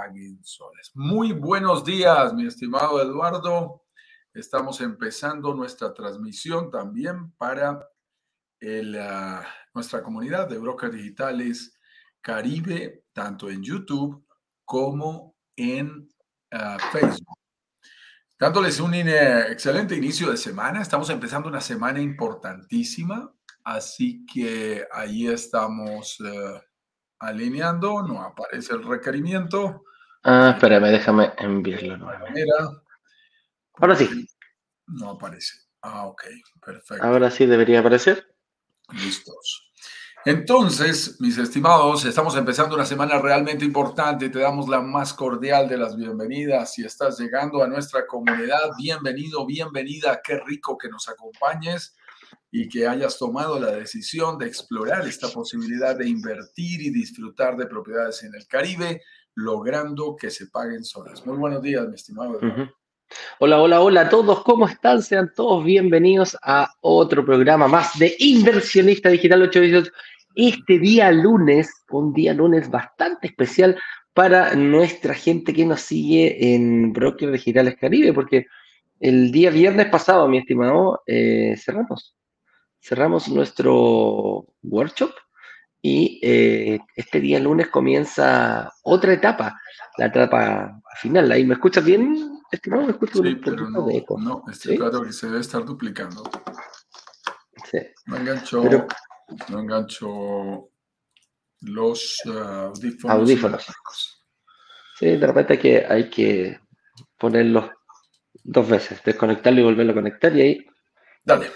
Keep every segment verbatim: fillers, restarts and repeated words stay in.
paguen soles. Muy buenos días, mi estimado Eduardo. Estamos empezando nuestra transmisión también para el, uh, nuestra comunidad de brokers digitales Caribe, tanto en YouTube como en uh, Facebook. Dándoles un eh, excelente inicio de semana. Estamos empezando una semana importantísima, así que ahí estamos uh, alineando. No aparece el requerimiento. Ah, espérame, déjame enviarlo nuevamente. Manera, Ahora sí. No aparece. Ah, ok, perfecto. Ahora sí debería aparecer. Listos. Entonces, mis estimados, estamos empezando una semana realmente importante. Te damos la más cordial de las bienvenidas. Si estás llegando a nuestra comunidad, bienvenido, bienvenida. Qué rico que nos acompañes y que hayas tomado la decisión de explorar esta posibilidad de invertir y disfrutar de propiedades en el Caribe, logrando que se paguen solas. Muy buenos días, mi estimado Eduardo. Uh-huh. Hola, hola, hola a todos, ¿cómo están? Sean todos bienvenidos a otro programa más de Inversionista Digital ocho dieciocho. Este día lunes, un día lunes bastante especial para nuestra gente que nos sigue en Brokers Digitales Caribe, porque el día viernes pasado, mi estimado, eh, cerramos. Cerramos nuestro workshop y eh, este día lunes comienza otra etapa, la etapa final. ¿Ahí me escuchas bien? Es que no me escucho con Sí, un pero poquito de no, eco. no, estoy ¿Sí? claro que se debe estar duplicando. Sí. No engancho, Pero, no engancho los uh, audífonos audífonos. inalámbricos. Sí, de repente hay que, hay que ponerlos dos veces, desconectarlo y volverlo a conectar y ahí, Dale.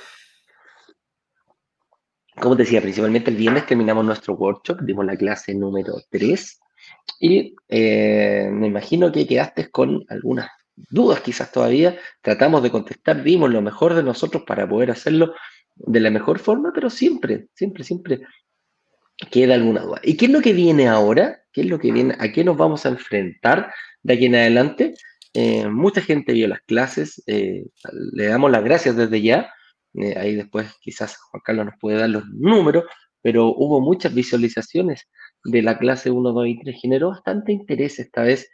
como te decía, principalmente el viernes terminamos nuestro workshop, dimos la clase número tres y eh, me imagino que quedaste con algunas dudas quizás todavía, tratamos de contestar, dimos lo mejor de nosotros para poder hacerlo de la mejor forma, pero siempre, siempre, siempre queda alguna duda. ¿Y qué es lo que viene ahora? ¿Qué es lo que viene? ¿A qué nos vamos a enfrentar de aquí en adelante? Eh, mucha gente vio las clases, eh, le damos las gracias desde ya. Eh, ahí después quizás Juan Carlos nos puede dar los números, pero hubo muchas visualizaciones de la clase uno, dos y tres. Generó bastante interés esta vez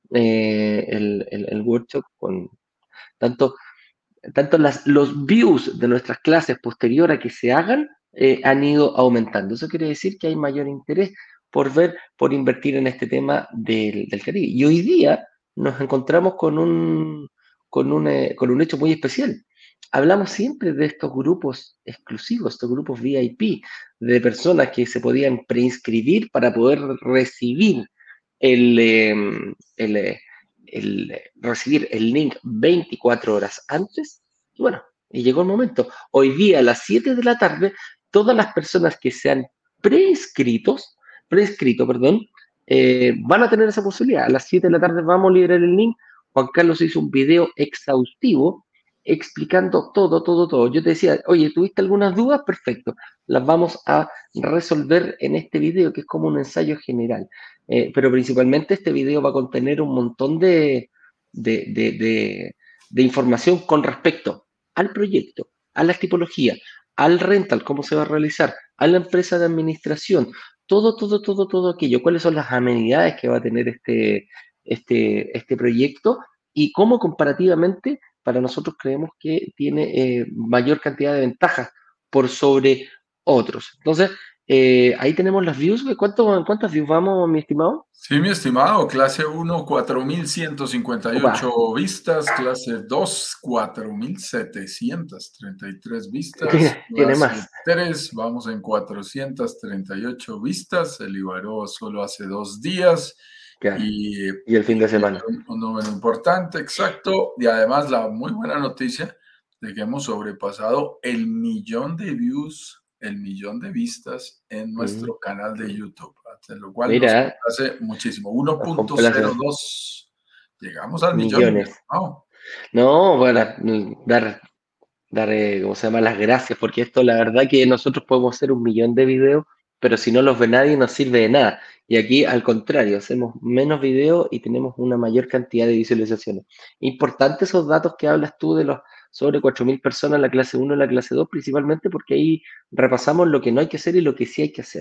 eh, el, el, el workshop con tanto tanto las, los views de nuestras clases posterior a que se hagan eh, han ido aumentando. Eso quiere decir que hay mayor interés por ver, por invertir en este tema del, del Caribe. Y hoy día nos encontramos con un, con, un, eh, con un hecho muy especial. Hablamos siempre de estos grupos exclusivos, estos grupos V I P, de personas que se podían preinscribir para poder recibir el, eh, el, eh, el, eh, recibir el link veinticuatro horas antes. Y bueno, y llegó el momento. Hoy día a las siete de la tarde, todas las personas que se han preinscritos, preinscrito, perdón, eh, van a tener esa posibilidad. A las siete de la tarde vamos a liberar el link. Juan Carlos hizo un video exhaustivo explicando todo, todo, todo. Yo te decía, oye, ¿tuviste algunas dudas? Perfecto. Las vamos a resolver en este video, que es como un ensayo general. Eh, pero principalmente este video va a contener un montón de, de, de, de, de información con respecto al proyecto, a la tipología, al rental, cómo se va a realizar, a la empresa de administración, todo, todo, todo, todo aquello, cuáles son las amenidades que va a tener este, este, este proyecto y cómo comparativamente para nosotros creemos que tiene eh, mayor cantidad de ventajas por sobre otros. Entonces, eh, ahí tenemos las views. ¿Cuánto, ¿Cuántas views vamos, mi estimado? Sí, mi estimado, clase uno, cuatro mil ciento cincuenta y Opa, ocho vistas, clase dos, cuatro mil setecientos treinta y tres vistas, tiene, tiene clase más. tres, vamos en cuatrocientos treinta y ocho vistas, se liberó solo hace dos días Claro. y, Y el fin de y semana. un, un número importante, exacto, y además la muy buena noticia de que hemos sobrepasado el millón de views, el millón de vistas en Mm, nuestro canal de YouTube, lo cual nos mira, hace muchísimo. nos uno punto cero complace. dos. Llegamos al millón, mi Millones. estimado. No, bueno, dar, dar eh, ¿cómo se llama? Las gracias, porque esto la verdad que nosotros podemos hacer un millón de videos, pero si no los ve nadie no sirve de nada. Y aquí al contrario, hacemos menos videos y tenemos una mayor cantidad de visualizaciones. Importante esos datos que hablas tú de los sobre cuatro mil personas en la clase uno y la clase dos, principalmente porque ahí repasamos lo que no hay que hacer y lo que sí hay que hacer.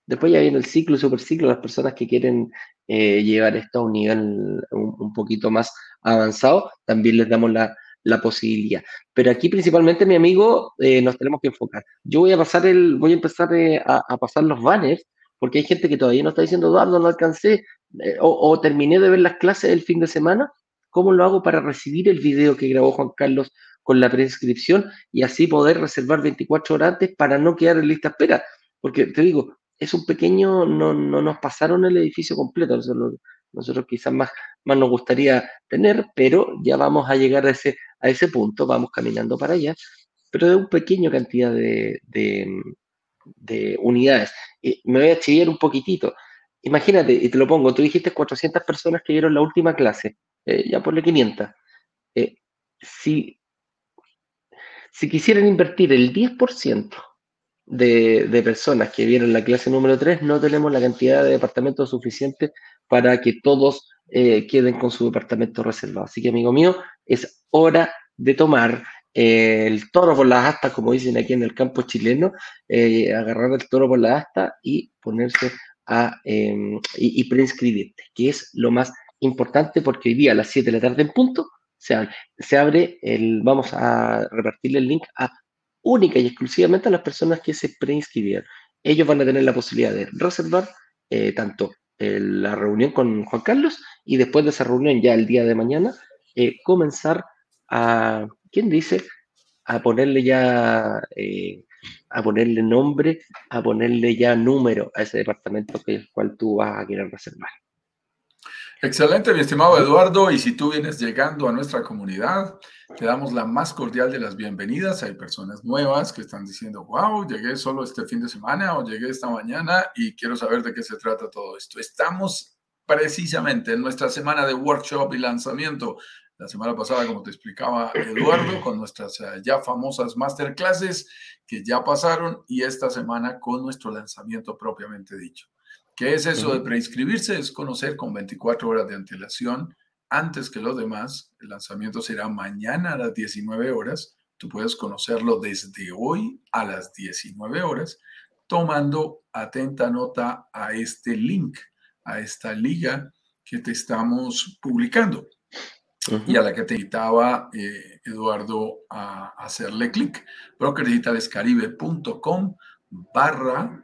Después ya viene el ciclo y superciclo, las personas que quieren eh, llevar esto a un nivel un, un poquito más avanzado, también les damos la, la posibilidad. Pero aquí principalmente, mi amigo, eh, nos tenemos que enfocar. Yo voy a pasar el, voy a empezar eh, a, a pasar los banners, porque hay gente que todavía no está diciendo, Eduardo, no alcancé, eh, o, o terminé de ver las clases el fin de semana. ¿Cómo lo hago para recibir el video que grabó Juan Carlos con la preinscripción y así poder reservar veinticuatro horas antes para no quedar en lista de espera? Porque te digo, es un pequeño, no, no nos pasaron el edificio completo, nosotros, nosotros quizás más, más nos gustaría tener, pero ya vamos a llegar a ese, a ese punto, vamos caminando para allá, pero de una pequeña cantidad de, de, de unidades. Y me voy a chillar un poquitito. Imagínate, y te lo pongo, tú dijiste cuatrocientas personas que vieron la última clase, eh, ya ponle quinientas. Eh, si, si quisieran invertir el diez por ciento de, de personas que vieron la clase número tres, no tenemos la cantidad de departamentos suficiente para que todos eh, queden con su departamento reservado. Así que, amigo mío, es hora de tomar eh, el toro por las astas, como dicen aquí en el campo chileno, eh, agarrar el toro por las astas y ponerse a eh, y, y preinscribirte, que es lo más importante, porque hoy día a las siete de la tarde en punto se abre, se abre el, vamos a repartirle el link a única y exclusivamente a las personas que se preinscribieron. Ellos van a tener la posibilidad de reservar eh, tanto eh, la reunión con Juan Carlos y después de esa reunión ya el día de mañana eh, comenzar a, ¿quién dice? A ponerle ya, eh, a ponerle nombre, a ponerle ya número a ese departamento que el cual tú vas a querer reservar. Excelente, mi estimado Eduardo. Y si tú vienes llegando a nuestra comunidad, te damos la más cordial de las bienvenidas. Hay personas nuevas que están diciendo, wow, llegué solo este fin de semana o llegué esta mañana y quiero saber de qué se trata todo esto. Estamos precisamente en nuestra semana de workshop y lanzamiento. La semana pasada, como te explicaba Eduardo, con nuestras ya famosas masterclasses que ya pasaron, y esta semana con nuestro lanzamiento propiamente dicho. ¿Qué es eso de preinscribirse? Es conocer con veinticuatro horas de antelación antes que los demás. El lanzamiento será mañana a las diecinueve horas. Tú puedes conocerlo desde hoy a las diecinueve horas, tomando atenta nota a este link, a esta liga que te estamos publicando uh-huh. y a la que te invitaba eh, Eduardo a hacerle clic. brokerdigitalescaribe.com barra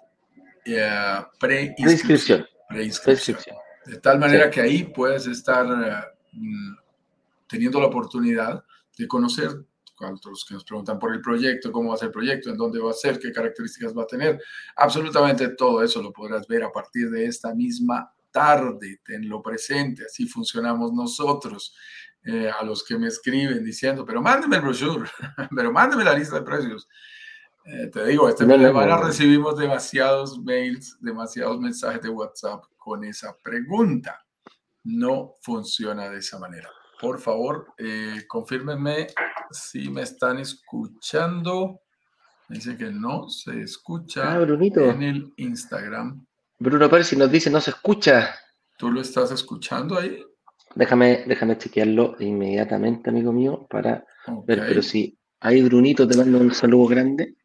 Eh, preinscripción. Preinscripción. De tal manera sí. que ahí puedes estar uh, teniendo la oportunidad de conocer, los que nos preguntan por el proyecto, cómo va a ser el proyecto, en dónde va a ser, qué características va a tener. Absolutamente todo eso lo podrás ver a partir de esta misma tarde. Tenlo presente, así funcionamos nosotros. Eh, a los que me escriben diciendo, pero mándeme el brochure, pero mándeme la lista de precios. Eh, te digo, esta no, semana no, no. recibimos demasiados mails, demasiados mensajes de WhatsApp con esa pregunta. No funciona de esa manera. Por favor, eh, confírmenme si me están escuchando. Me dicen que no se escucha ah, en el Instagram. Bruno Pérez, si nos dice no se escucha. ¿Tú lo estás escuchando ahí? Déjame, déjame chequearlo inmediatamente, amigo mío, para okay. ver, pero si ahí Brunito te mando un saludo grande.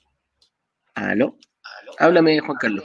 ¿Aló? ¿Aló? Háblame, Juan Carlos.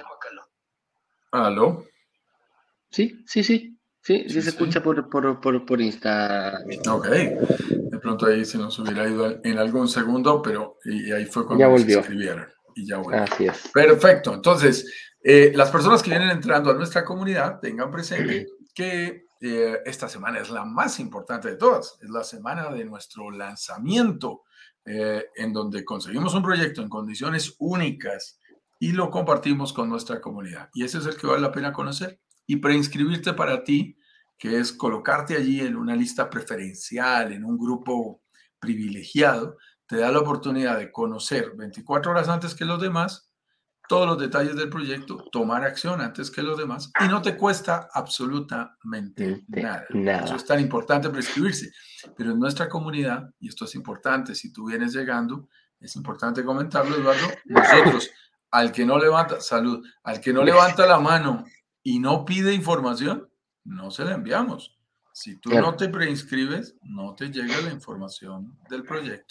¿Aló? Sí, sí, sí. Sí, sí, sí se sí. escucha por, por, por, por Insta. Ok. De pronto ahí se nos hubiera ido en algún segundo, pero y ahí fue cuando ya nos volvió. escribieron. Y ya volvió. Así es. Perfecto. Entonces, eh, las personas que vienen entrando a nuestra comunidad tengan presente que eh, esta semana es la más importante de todas. Es la semana de nuestro lanzamiento, eh, en donde conseguimos un proyecto en condiciones únicas y lo compartimos con nuestra comunidad. Y ese es el que vale la pena conocer. Y preinscribirte para ti, que es colocarte allí en una lista preferencial, en un grupo privilegiado, te da la oportunidad de conocer veinticuatro horas antes que los demás todos los detalles del proyecto, tomar acción antes que los demás y no te cuesta absolutamente nada. nada. Eso es tan importante prescribirse. Pero en nuestra comunidad, y esto es importante, si tú vienes llegando, es importante comentarlo, Eduardo, nosotros, al que no levanta, salud, al que no levanta la mano y no pide información, no se la enviamos. Si tú claro. no te preinscribes, no te llega la información del proyecto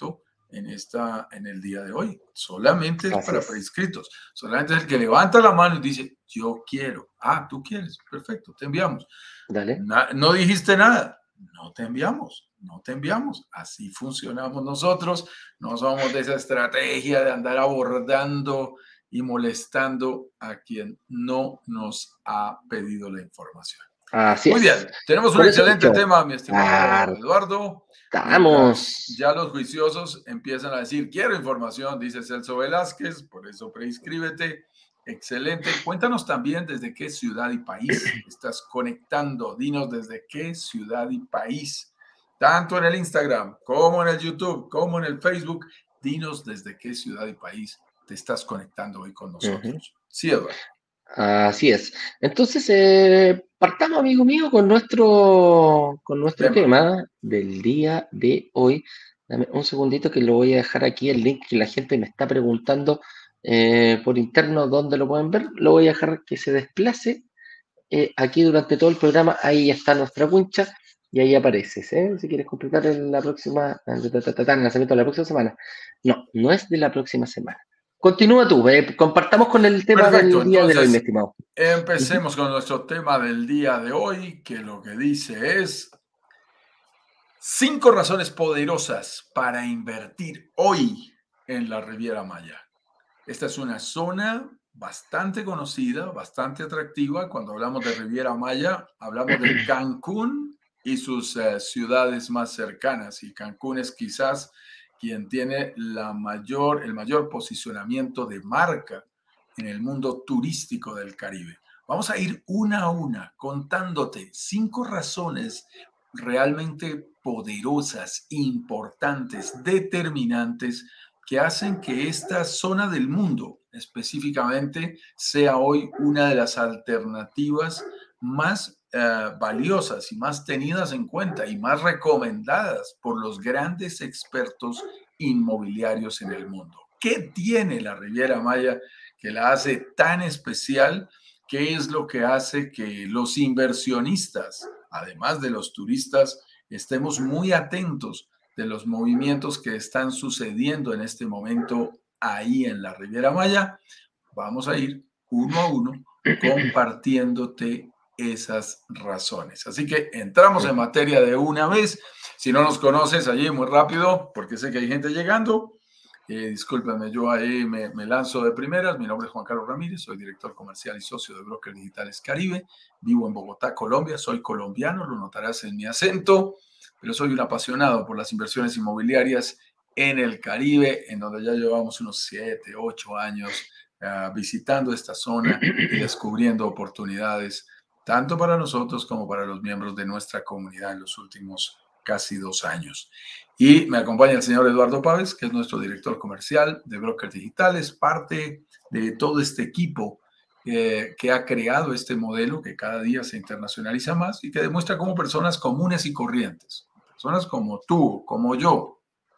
en, esta, en el día de hoy. Solamente es Así para es. preinscritos. Solamente es el que levanta la mano y dice, yo quiero. Ah, tú quieres. Perfecto, te enviamos. Dale. Na, no dijiste nada. No te enviamos. No te enviamos. Así funcionamos nosotros. No somos de esa estrategia de andar abordando y molestando a quien no nos ha pedido la información. Así Muy es. bien, tenemos un Con eso excelente dicho, tema, mi estimado Eduardo. Mientras partamos. ya los juiciosos empiezan a decir, quiero información, dice Celso Velázquez, por eso preinscríbete. Excelente. Cuéntanos también desde qué ciudad y país estás conectando. Dinos desde qué ciudad y país, tanto en el Instagram como en el YouTube, como en el Facebook. Dinos desde qué ciudad y país te estás conectando hoy con Ujú. nosotros. Sí, Eduardo. Así es. Entonces, eh, partamos, amigo mío, con nuestro, con nuestro Tema. tema del día de hoy. Dame un segundito que lo voy a dejar aquí, el link que la gente me está preguntando eh, por interno dónde lo pueden ver. Lo voy a dejar que se desplace eh, aquí durante todo el programa. Ahí ya está nuestra wincha y ahí apareces. ¿eh? Si quieres completar en la próxima, el lanzamiento de la próxima semana. No, no es de la próxima semana. Continúa tú, eh, compartamos con el tema Perfecto, del día de hoy, mi entonces estimado. Ujú. empecemos con nuestro tema del día de hoy, que lo que dice es cinco razones poderosas para invertir hoy en la Riviera Maya. Esta es una zona bastante conocida, bastante atractiva. Cuando hablamos de Riviera Maya, hablamos de Cancún y sus uh, ciudades más cercanas. Y Cancún es quizás quien tiene la mayor, el mayor posicionamiento de marca en el mundo turístico del Caribe. Vamos a ir una a una contándote cinco razones realmente poderosas, importantes, determinantes, que hacen que esta zona del mundo específicamente sea hoy una de las alternativas más uh, valiosas y más tenidas en cuenta y más recomendadas por los grandes expertos inmobiliarios en el mundo. ¿Qué tiene la Riviera Maya que la hace tan especial? ¿Qué es lo que hace que los inversionistas, además de los turistas, estemos muy atentos de los movimientos que están sucediendo en este momento ahí en la Riviera Maya? Vamos a ir uno a uno compartiéndote esas razones. Así que entramos en materia de una vez. Si no nos conoces allí, muy rápido, porque sé que hay gente llegando. Eh, discúlpenme, yo ahí me, me lanzo de primeras. Mi nombre es Juan Carlos Ramírez, soy director comercial y socio de Brokers Digitales Caribe. Vivo en Bogotá, Colombia. Soy colombiano, lo notarás en mi acento, pero soy un apasionado por las inversiones inmobiliarias en el Caribe, en donde ya llevamos unos siete, ocho años uh, visitando esta zona y descubriendo oportunidades, tanto para nosotros como para los miembros de nuestra comunidad en los últimos casi dos años. Y me acompaña el señor Eduardo Páez, que es nuestro director comercial de Brokers Digitales, parte de todo este equipo eh, que ha creado este modelo que cada día se internacionaliza más y que demuestra cómo personas comunes y corrientes, personas como tú, como yo,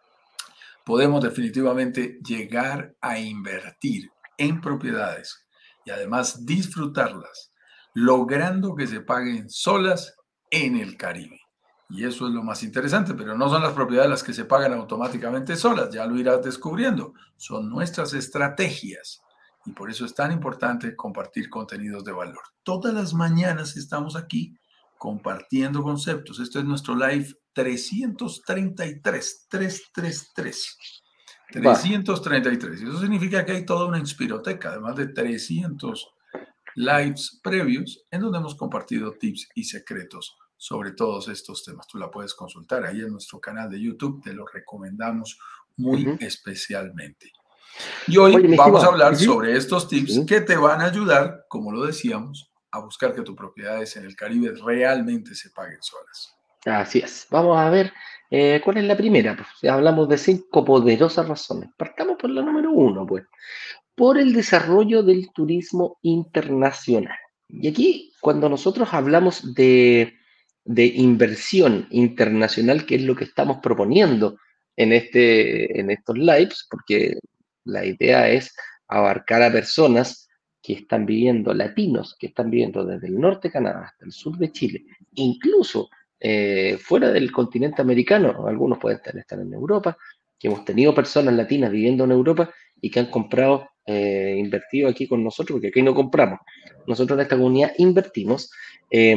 podemos definitivamente llegar a invertir en propiedades y además disfrutarlas, logrando que se paguen solas en el Caribe. Y eso es lo más interesante, pero no son las propiedades las que se pagan automáticamente solas, ya lo irás descubriendo, son nuestras estrategias. Y por eso es tan importante compartir contenidos de valor. Todas las mañanas estamos aquí compartiendo conceptos. Este es nuestro live trescientos treinta y tres, trescientos treinta y tres. trescientos treinta y tres. Eso significa que hay toda una inspiroteca, además de trescientos lives previos en donde hemos compartido tips y secretos sobre todos estos temas. Tú la puedes consultar ahí en nuestro canal de YouTube, te lo recomendamos muy Uh-huh. especialmente. Y hoy Oye, mi vamos a estimado. hablar Uh-huh. sobre estos tips Sí. que te van a ayudar, como lo decíamos, a buscar que tus propiedades en el Caribe realmente se paguen solas. Así es. Vamos a ver eh, cuál es la primera. Pues, ya hablamos de cinco poderosas razones. Partamos por la número uno, pues. Por el desarrollo del turismo internacional. Y aquí, cuando nosotros hablamos de, de inversión internacional, que es lo que estamos proponiendo en, este, en estos lives, porque la idea es abarcar a personas que están viviendo, latinos, que están viviendo desde el norte de Canadá hasta el sur de Chile, incluso eh, fuera del continente americano, algunos pueden estar en Europa, que hemos tenido personas latinas viviendo en Europa y que han comprado, eh, invertido aquí con nosotros, porque aquí no compramos. Nosotros en esta comunidad invertimos. Eh,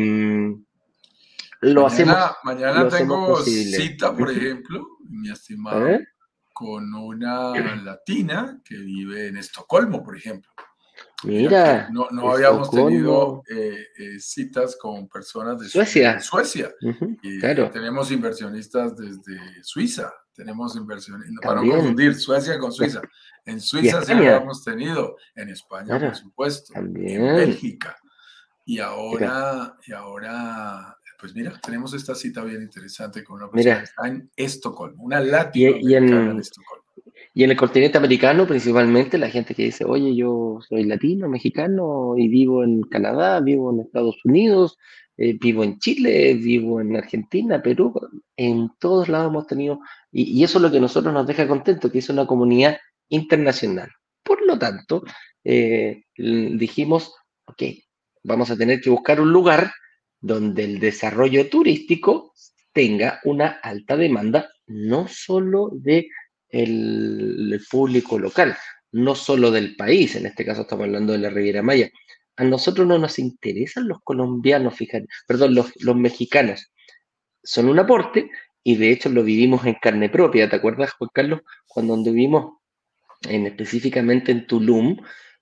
lo Mañana, hacemos, lo mañana hacemos tengo posible. cita, por Ujú. ejemplo, mi A ver, estimado, con una latina que vive en Estocolmo, por ejemplo. Mira que mira, no, no habíamos tenido Estocolmo, eh, eh, citas con personas de, de Suecia. Suecia Ujú, y claro, tenemos inversionistas desde Suiza, tenemos inversiones, para no también. confundir Suecia con Y, Es- Suiza. En y Suiza sí España, habíamos tenido, en España por claro, supuesto, en también. Bélgica y Mira, ahora, y ahora, pues mira, tenemos esta cita bien interesante con una persona que mira. está en Estocolmo, una Y, y latinoamericana en en, Estocolmo. y en el continente americano, principalmente, la gente que dice, oye, yo soy latino, mexicano, y vivo en Canadá, vivo en Estados Unidos, eh, vivo en Chile, vivo en Argentina, Perú, en todos lados hemos tenido, y, y eso es lo que a nosotros nos deja contentos, que es una comunidad internacional. Por lo tanto, eh, l- dijimos, ok, vamos a tener que buscar un lugar donde el desarrollo turístico tenga una alta demanda, no solo de el, el público local, no solo del país, en este caso estamos hablando de la Riviera Maya. A nosotros no nos interesan los colombianos, fíjate, perdón, los, los mexicanos. Son un aporte y de hecho lo vivimos en carne propia. ¿Te acuerdas, Juan Carlos, cuando anduvimos en, específicamente en Tulum,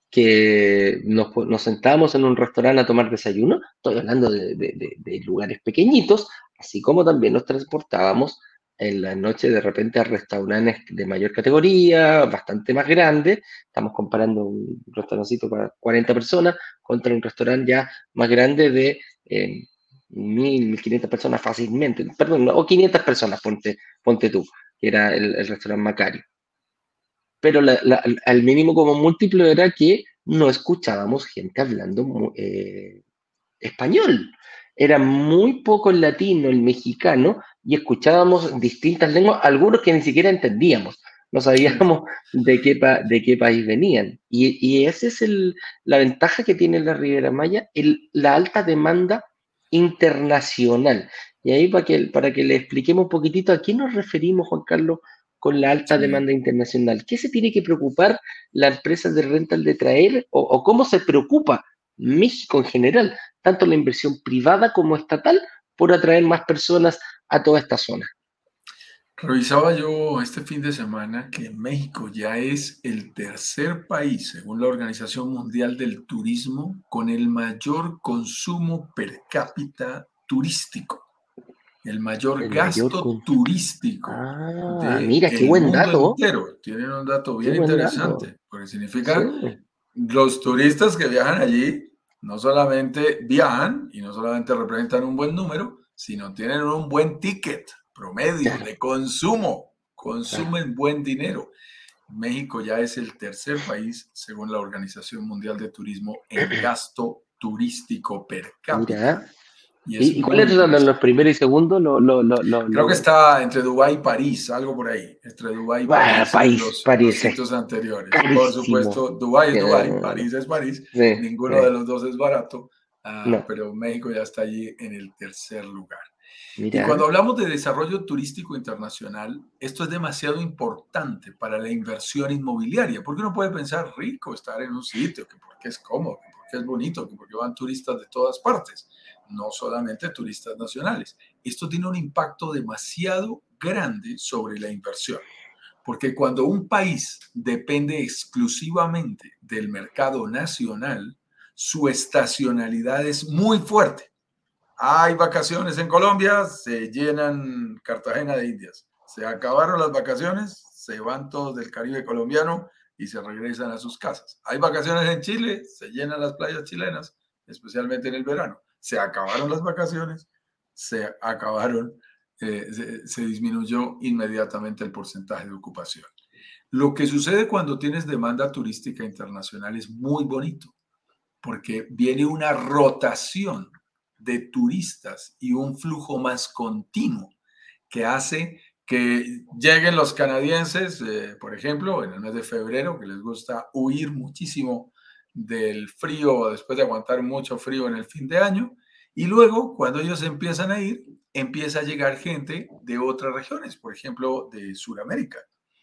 que nos, nos sentábamos en un restaurante a tomar desayuno? Estoy hablando de, de, de, de lugares pequeñitos, así como también nos transportábamos en la noche de repente a restaurantes de mayor categoría, bastante más grandes. Estamos comparando un restaurancito para cuarenta personas contra un restaurante ya más grande de eh, mil, mil quinientas personas fácilmente, perdón, o quinientas personas, ponte, ponte tú, que era el, el restaurante Macario. Pero la, la, al mínimo como múltiplo era que no escuchábamos gente hablando eh, español. Era muy poco el latino, el mexicano, y escuchábamos distintas lenguas, algunos que ni siquiera entendíamos. No Sí, sí. sabíamos de qué, pa, de qué país venían. Y, y esa es el, la ventaja que tiene la Riviera Maya, el, la alta demanda internacional. Y ahí para que, para que le expliquemos un poquitito a qué nos referimos, Juan Carlos, con la alta Sí. demanda internacional. ¿Qué se tiene que preocupar la empresa de rental de traer o, o cómo se preocupa México en general, tanto la inversión privada como estatal, por atraer más personas a toda esta zona? Revisaba yo este fin de semana que México ya es el tercer país, según la Organización Mundial del Turismo, con el mayor consumo per cápita turístico, el mayor El mayor gasto con... turístico Ah, mira, qué del buen mundo dato, entero. Tienen un dato qué bien buen dato. interesante, porque Sí, significa los turistas que viajan allí no solamente viajan y no solamente representan un buen número, sino tienen un buen ticket promedio claro, de consumo, claro. consumen buen dinero. México ya es el tercer país, según la Organización Mundial de Turismo, en gasto turístico per cápita. Mira. Y es ¿Y, y muy cuáles eran los interesante. primeros y segundos? Lo, lo, lo, lo, Creo que lo... está entre Dubái y París, algo por ahí. Entre Dubái y Bah, París, París, los, los París es sitios anteriores. Por carísimo. supuesto, Dubái es Dubái, Eh, París es París. sí, Ninguno de sí. los dos es barato, ah, No, pero México ya está allí en el tercer lugar. Y cuando mira, hablamos de desarrollo turístico internacional, esto es demasiado importante para la inversión inmobiliaria, porque uno puede pensar rico estar en un sitio, que porque es cómodo, que porque es bonito, que porque van turistas de todas partes, no solamente turistas nacionales. Esto tiene un impacto demasiado grande sobre la inversión, porque cuando un país depende exclusivamente del mercado nacional, su estacionalidad es muy fuerte. Hay vacaciones en Colombia, se llenan Cartagena de Indias. Se acabaron las vacaciones, se van todos del Caribe colombiano y se regresan a sus casas. Hay vacaciones en Chile, se llenan las playas chilenas, especialmente en el verano. Se acabaron las vacaciones, se acabaron, eh, se, se disminuyó inmediatamente el porcentaje de ocupación. Lo que sucede cuando tienes demanda turística internacional es muy bonito porque viene una rotación de turistas y un flujo más continuo que hace que lleguen los canadienses, eh, por ejemplo, en el mes de febrero, que les gusta huir muchísimo del frío después de aguantar mucho frío en el fin de año, y luego cuando ellos empiezan a ir, empieza a llegar gente de otras regiones, por ejemplo, de Sudamérica.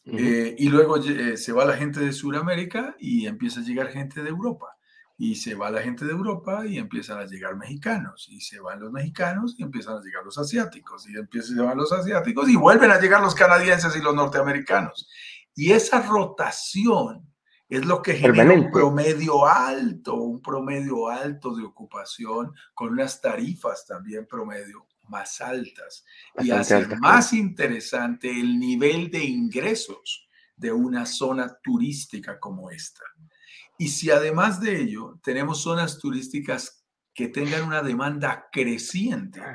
Ujú. Eh, y luego eh, se va la gente de Sudamérica y empieza a llegar gente de Europa. Y se va la gente de Europa y empiezan a llegar mexicanos. Y se van los mexicanos y empiezan a llegar los asiáticos. Y empiezan a llegar los asiáticos y vuelven a llegar los canadienses y los norteamericanos. Y esa rotación es lo que genera un Permanente, promedio alto, un promedio alto de ocupación con unas tarifas también promedio más altas y bastante hace altas, claro. más interesante el nivel de ingresos de una zona turística como esta. Y si además de ello tenemos zonas turísticas que tengan una demanda creciente,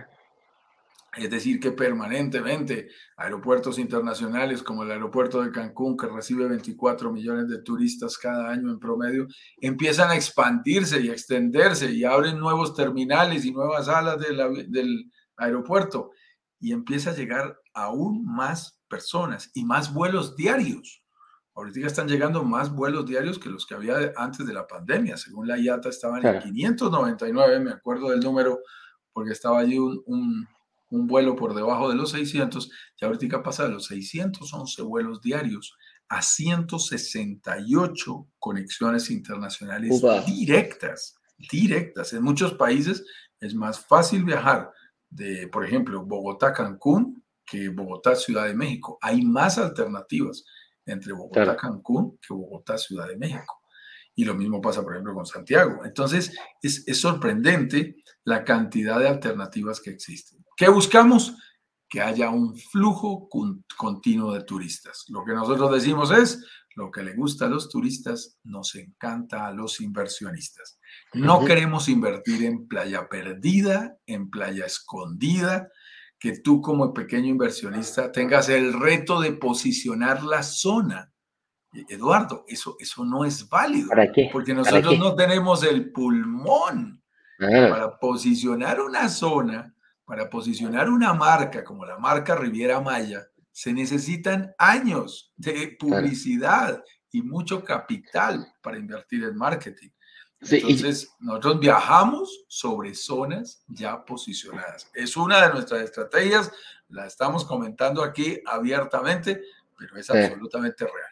es decir, que permanentemente aeropuertos internacionales como el aeropuerto de Cancún, que recibe veinticuatro millones de turistas cada año en promedio, empiezan a expandirse y a extenderse y abren nuevos terminales y nuevas salas de la, del aeropuerto y empieza a llegar aún más personas y más vuelos diarios. Ahorita están llegando más vuelos diarios que los que había antes de la pandemia. Según la I A T A estaban en Claro. quinientos noventa y nueve, me acuerdo del número porque estaba allí un, un un vuelo por debajo de los seiscientos, y ahorita pasa de los seiscientos once vuelos diarios a ciento sesenta y ocho conexiones internacionales Upa, directas, directas. En muchos países es más fácil viajar de, por ejemplo, Bogotá-Cancún que Bogotá-Ciudad de México. Hay más alternativas entre claro. Bogotá-Cancún que Bogotá-Ciudad de México. Y lo mismo pasa, por ejemplo, con Santiago. Entonces, es, es sorprendente la cantidad de alternativas que existen. ¿Qué buscamos? Que haya un flujo continuo de turistas. Lo que nosotros decimos es, lo que le gusta a los turistas nos encanta a los inversionistas. No Ujú. queremos invertir en playa perdida, en playa escondida, que tú como pequeño inversionista tengas el reto de posicionar la zona. Eduardo, eso, eso no es válido, ¿Para qué? porque ¿Para nosotros qué? no tenemos el pulmón Claro, para posicionar una zona, para posicionar una marca como la marca Riviera Maya, se necesitan años de claro. publicidad y mucho capital para invertir en marketing. Sí, y, Entonces, nosotros viajamos sobre zonas ya posicionadas. Es una de nuestras estrategias, la estamos comentando aquí abiertamente, pero es sí. absolutamente real.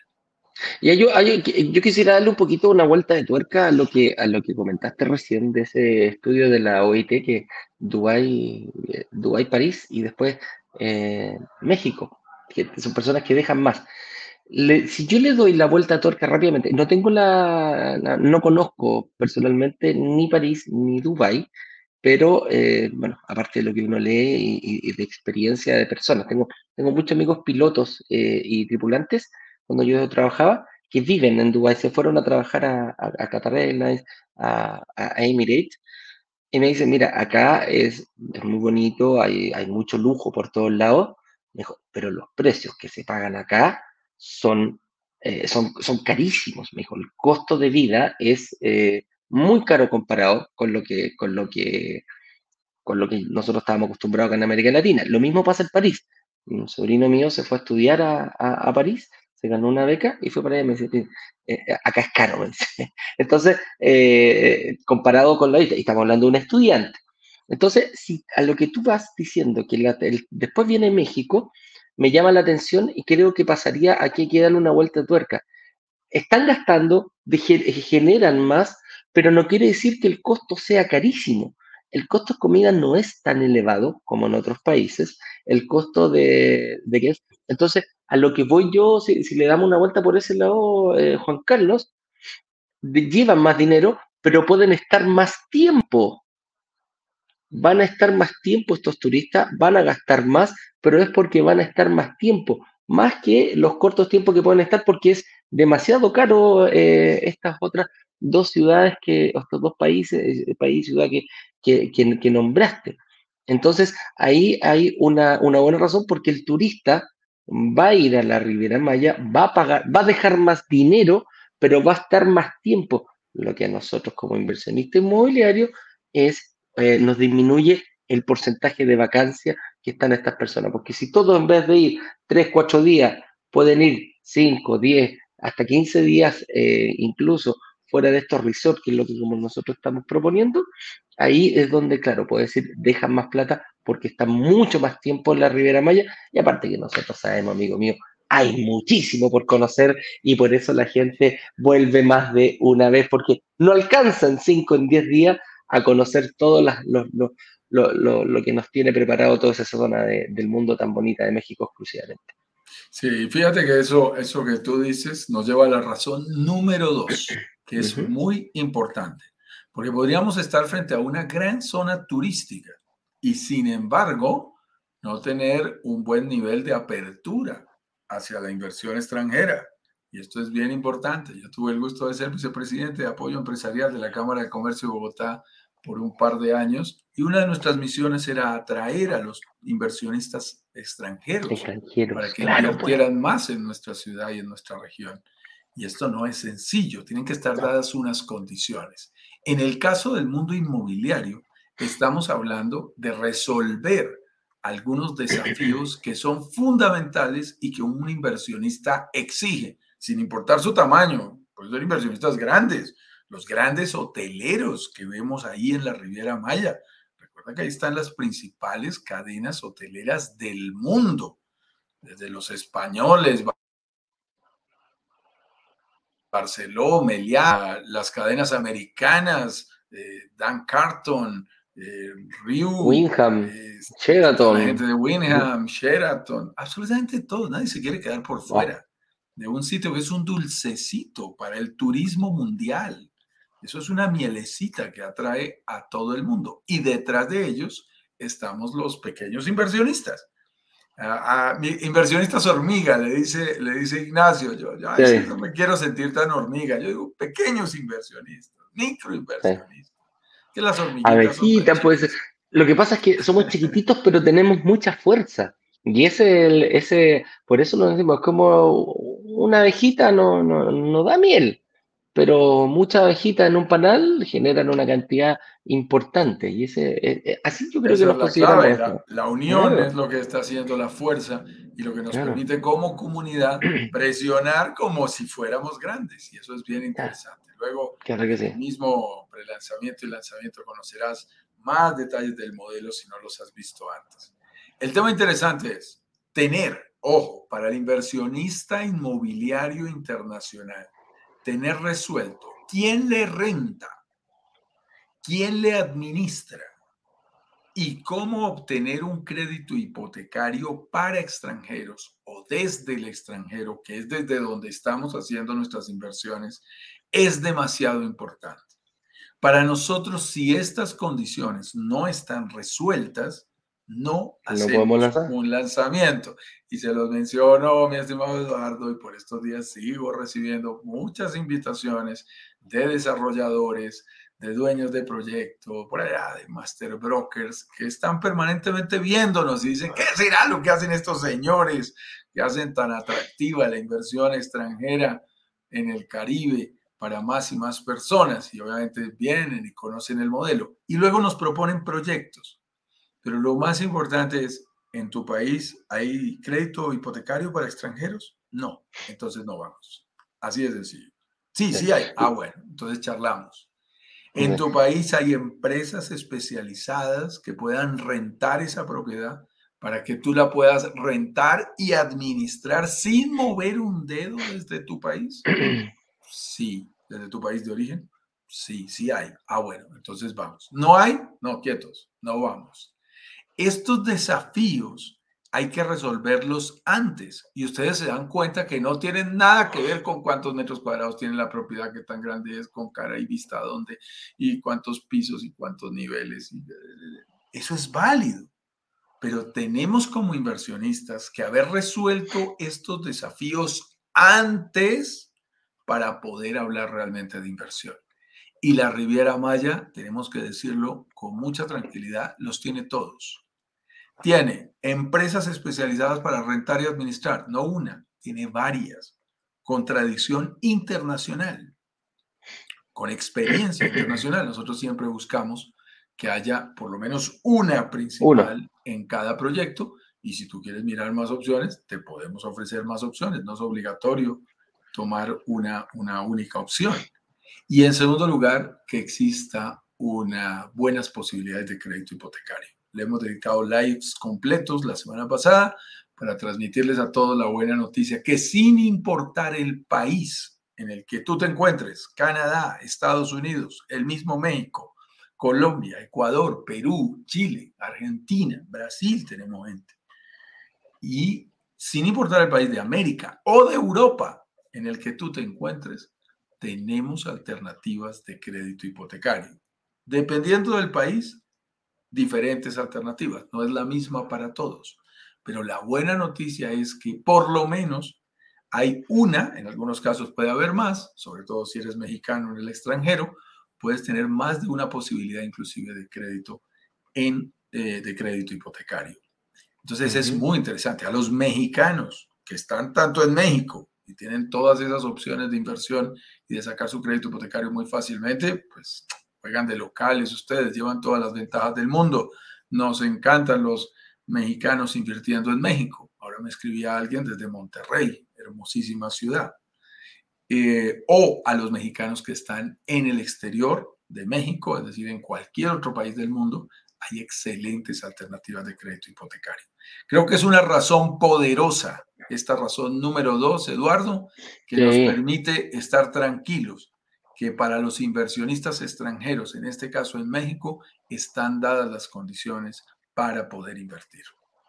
Y hay- hay- yo quisiera darle un poquito una vuelta de tuerca a lo que, a lo que comentaste recién de ese estudio de la O I T, que Dubái, eh, Dubái, París y después eh, México, que son personas que dejan más. Le- si yo le doy la vuelta de tuerca rápidamente, no tengo la, la- no conozco personalmente ni París ni Dubái, pero eh, bueno, aparte de lo que uno lee y, y- y de experiencia de personas, tengo, tengo muchos amigos pilotos eh, y tripulantes cuando yo trabajaba que viven en Dubái, se fueron a trabajar a, a, a Qatar Airlines, a, a- a Emirates, y me dicen, mira, acá es, es muy bonito, hay, hay mucho lujo por todos lados, me dijo, pero los precios que se pagan acá son, eh, son, son carísimos, me dijo, el costo de vida es eh, muy caro comparado con lo que, con lo que con lo que nosotros estábamos acostumbrados acá en América Latina. Lo mismo pasa en París. Un sobrino mío se fue a estudiar a, a, a París, se ganó una beca y fue para allá y me dice, "Eh, eh, acá es caro", me dice. Entonces, eh, comparado con la isla, y estamos hablando de un estudiante. Entonces, si a lo que tú vas diciendo que la, el, después viene México, me llama la atención y creo que pasaría aquí hay que darle una vuelta de tuerca. Están gastando, de, generan más, pero no quiere decir que el costo sea carísimo. El costo de comida no es tan elevado como en otros países. El costo de, de que es. Entonces, a lo que voy yo, si, si le damos una vuelta por ese lado, eh, Juan Carlos, de, llevan más dinero, pero pueden estar más tiempo. Van a estar más tiempo estos turistas, van a gastar más, pero es porque van a estar más tiempo, más que los cortos tiempos que pueden estar, porque es demasiado caro eh, estas otras dos ciudades, que, estos dos países, eh, país y ciudad que, que, que, que nombraste. Entonces, ahí hay una, una buena razón porque el turista va a ir a la Riviera Maya, va a pagar, va a dejar más dinero, pero va a estar más tiempo. Lo que a nosotros como inversionista inmobiliario es eh, nos disminuye el porcentaje de vacancia que están estas personas. Porque si todos en vez de ir tres cuatro días, pueden ir cinco diez hasta quince días, eh, incluso fuera de estos resorts, que es lo que como nosotros estamos proponiendo, ahí es donde, claro, puede decir, dejan más plata porque están mucho más tiempo en la Riviera Maya. Y aparte que nosotros sabemos, amigo mío, hay muchísimo por conocer y por eso la gente vuelve más de una vez, porque no alcanza en cinco, en diez días a conocer todo las, los, los, lo, lo, lo que nos tiene preparado toda esa zona de, del mundo tan bonita de México exclusivamente. Sí, fíjate que eso, eso que tú dices nos lleva a la razón número dos, que es Ujú. muy importante, porque podríamos estar frente a una gran zona turística y sin embargo no tener un buen nivel de apertura hacia la inversión extranjera. Y esto es bien importante. Yo tuve el gusto de ser vicepresidente de apoyo empresarial de la Cámara de Comercio de Bogotá por un par de años y una de nuestras misiones era atraer a los inversionistas extranjeros para Extranjeros, que claro, pues. invirtieran más en nuestra ciudad y en nuestra región. Y esto no es sencillo, tienen que estar dadas unas condiciones. En el caso del mundo inmobiliario, estamos hablando de resolver algunos desafíos que son fundamentales y que un inversionista exige, sin importar su tamaño. Pues son inversionistas grandes, los grandes hoteleros que vemos ahí en la Riviera Maya. Recuerda que ahí están las principales cadenas hoteleras del mundo, desde los españoles, Barceló, Meliá, las cadenas americanas, eh, Dan Carton, eh, Ryu, Wyndham, eh, está la gente Sheraton. de Wyndham, Sheraton, absolutamente todo. Nadie se quiere quedar por Wow, fuera de un sitio que es un dulcecito para el turismo mundial. Eso es una mielecita que atrae a todo el mundo. Y detrás de ellos estamos los pequeños inversionistas. A, a mi inversionistas hormiga, le dice, le dice Ignacio, yo, yo a sí, veces no me quiero sentir tan hormiga, yo digo pequeños inversionistas, sí. microinversionistas, que las hormiguitas son tan Abejita, pues. chiquitas. Lo que pasa es que somos chiquititos, pero tenemos mucha fuerza. Y ese, el- ese, por eso nos decimos, como una abejita no, no, no da miel, pero muchas abejitas en un panal generan una cantidad importante. Y ese, eh, eh, así yo creo que Esa es nos la clave, consideramos. la, la unión Claro, es lo que está haciendo la fuerza y lo que nos claro. permite como comunidad presionar como si fuéramos grandes y eso es bien Ya, interesante. Luego, claro que en el sí. mismo prelanzamiento y lanzamiento conocerás más detalles del modelo si no los has visto antes. El tema interesante es tener, ojo, para el inversionista inmobiliario internacional, tener resuelto quién le renta, quién le administra y cómo obtener un crédito hipotecario para extranjeros o desde el extranjero, que es desde donde estamos haciendo nuestras inversiones, es demasiado importante. Para nosotros, si estas condiciones no están resueltas, no No podemos hacemos lanzar. un lanzamiento. Y se los menciono, mi estimado Eduardo, y por estos días sigo recibiendo muchas invitaciones de desarrolladores, de dueños de proyecto, por allá, de master brokers, que están permanentemente viéndonos y dicen, ¿qué será lo que hacen estos señores que hacen tan atractiva la inversión extranjera en el Caribe para más y más personas? Y obviamente vienen y conocen el modelo. Y luego nos proponen proyectos. Pero lo más importante es, ¿en tu país hay crédito hipotecario para extranjeros? No, entonces no vamos. Así de sencillo. Sí, Sí. sí hay. Ah, Y- bueno, entonces charlamos. En y- tu país hay empresas especializadas que puedan rentar esa propiedad para que tú la puedas rentar y administrar sin mover un dedo desde tu país. Sí, desde tu país de origen. Sí, sí hay. Ah, bueno, entonces vamos. ¿No hay? No, quietos, no vamos. Estos desafíos hay que resolverlos antes y ustedes se dan cuenta que no tienen nada que ver con cuántos metros cuadrados tiene la propiedad, qué tan grande es, con cara y vista a dónde, y cuántos pisos y cuántos niveles. Eso es válido, pero tenemos como inversionistas que haber resuelto estos desafíos antes para poder hablar realmente de inversión. Y la Riviera Maya, tenemos que decirlo con mucha tranquilidad, los tiene todos. Tiene empresas especializadas para rentar y administrar, no una, tiene varias, con tradición internacional, con experiencia internacional. Nosotros siempre buscamos que haya por lo menos una Uno. principal en cada proyecto y si tú quieres mirar más opciones, te podemos ofrecer más opciones. No es obligatorio tomar una, una única opción. Y en segundo lugar, que exista una, buenas posibilidades de crédito hipotecario. Le hemos dedicado lives completos la semana pasada para transmitirles a todos la buena noticia que sin importar el país en el que tú te encuentres, Canadá, Estados Unidos, el mismo México, Colombia, Ecuador, Perú, Chile, Argentina, Brasil, tenemos gente. Y sin importar el país de América o de Europa en el que tú te encuentres, tenemos alternativas de crédito hipotecario. Dependiendo del país, diferentes alternativas. No es la misma para todos. Pero la buena noticia es que por lo menos hay una, en algunos casos puede haber más, sobre todo si eres mexicano en el extranjero, puedes tener más de una posibilidad inclusive de crédito en, eh, de crédito hipotecario. Entonces es Ujú. muy interesante. A los mexicanos que están tanto en México y tienen todas esas opciones de inversión y de sacar su crédito hipotecario muy fácilmente, pues juegan de locales ustedes, llevan todas las ventajas del mundo. Nos encantan los mexicanos invirtiendo en México. Ahora me escribía alguien desde Monterrey, hermosísima ciudad. Eh, o a los mexicanos que están en el exterior de México, es decir, en cualquier otro país del mundo, hay excelentes alternativas de crédito hipotecario. Creo que es una razón poderosa, esta razón número dos, Eduardo, que nos Sí. permite estar tranquilos, que para los inversionistas extranjeros, en este caso en México, están dadas las condiciones para poder invertir.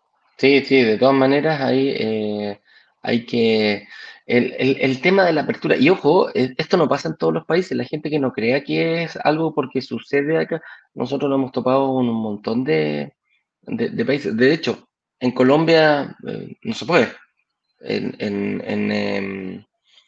Sí, sí, de todas maneras hay, eh, hay que... El, el- el tema de la apertura, y ojo, eh, esto no pasa en todos los países, la gente que no crea que es algo porque sucede acá, nosotros lo hemos topado en un montón de, de- de países. De hecho, en Colombia eh, no se puede. En, en, en, em,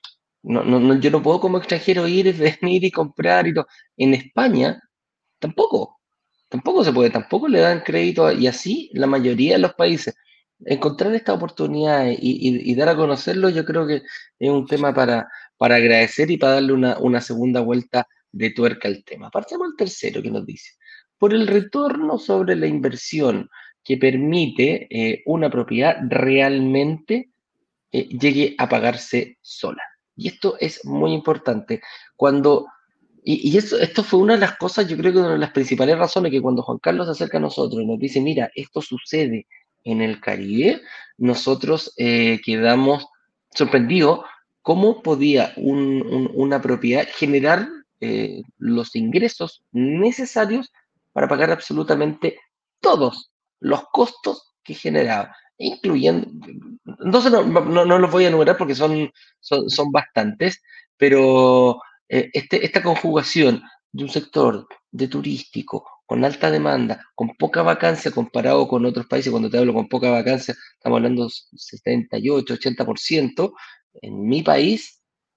no, no, no- yo no puedo como extranjero ir, venir y comprar y todo. En España tampoco, tampoco se puede, tampoco le dan crédito a- y así la mayoría de los países. Encontrar esta oportunidad y, y- y dar a conocerlo, yo creo que es un tema para, para agradecer y para darle una, una segunda vuelta de tuerca al tema. Pasemos al tercero que nos dice, por el retorno sobre la inversión que permite eh, una propiedad realmente eh, llegue a pagarse sola. Y esto es muy importante. Cuando, y, y eso, esto fue una de las cosas, yo creo que una de las principales razones que cuando Juan Carlos se acerca a nosotros y nos dice, mira, esto sucede en el Caribe, nosotros eh, quedamos sorprendidos cómo podía un- un- una propiedad generar eh, los ingresos necesarios para pagar absolutamente todos los costos que generaba, incluyendo, entonces no, no, no los voy a enumerar porque son, son, son bastantes, pero eh, este, esta conjugación de un sector de turístico con alta demanda, con poca vacancia comparado con otros países, cuando te hablo con poca vacancia, estamos hablando setenta y ocho, ochenta por ciento, en mi país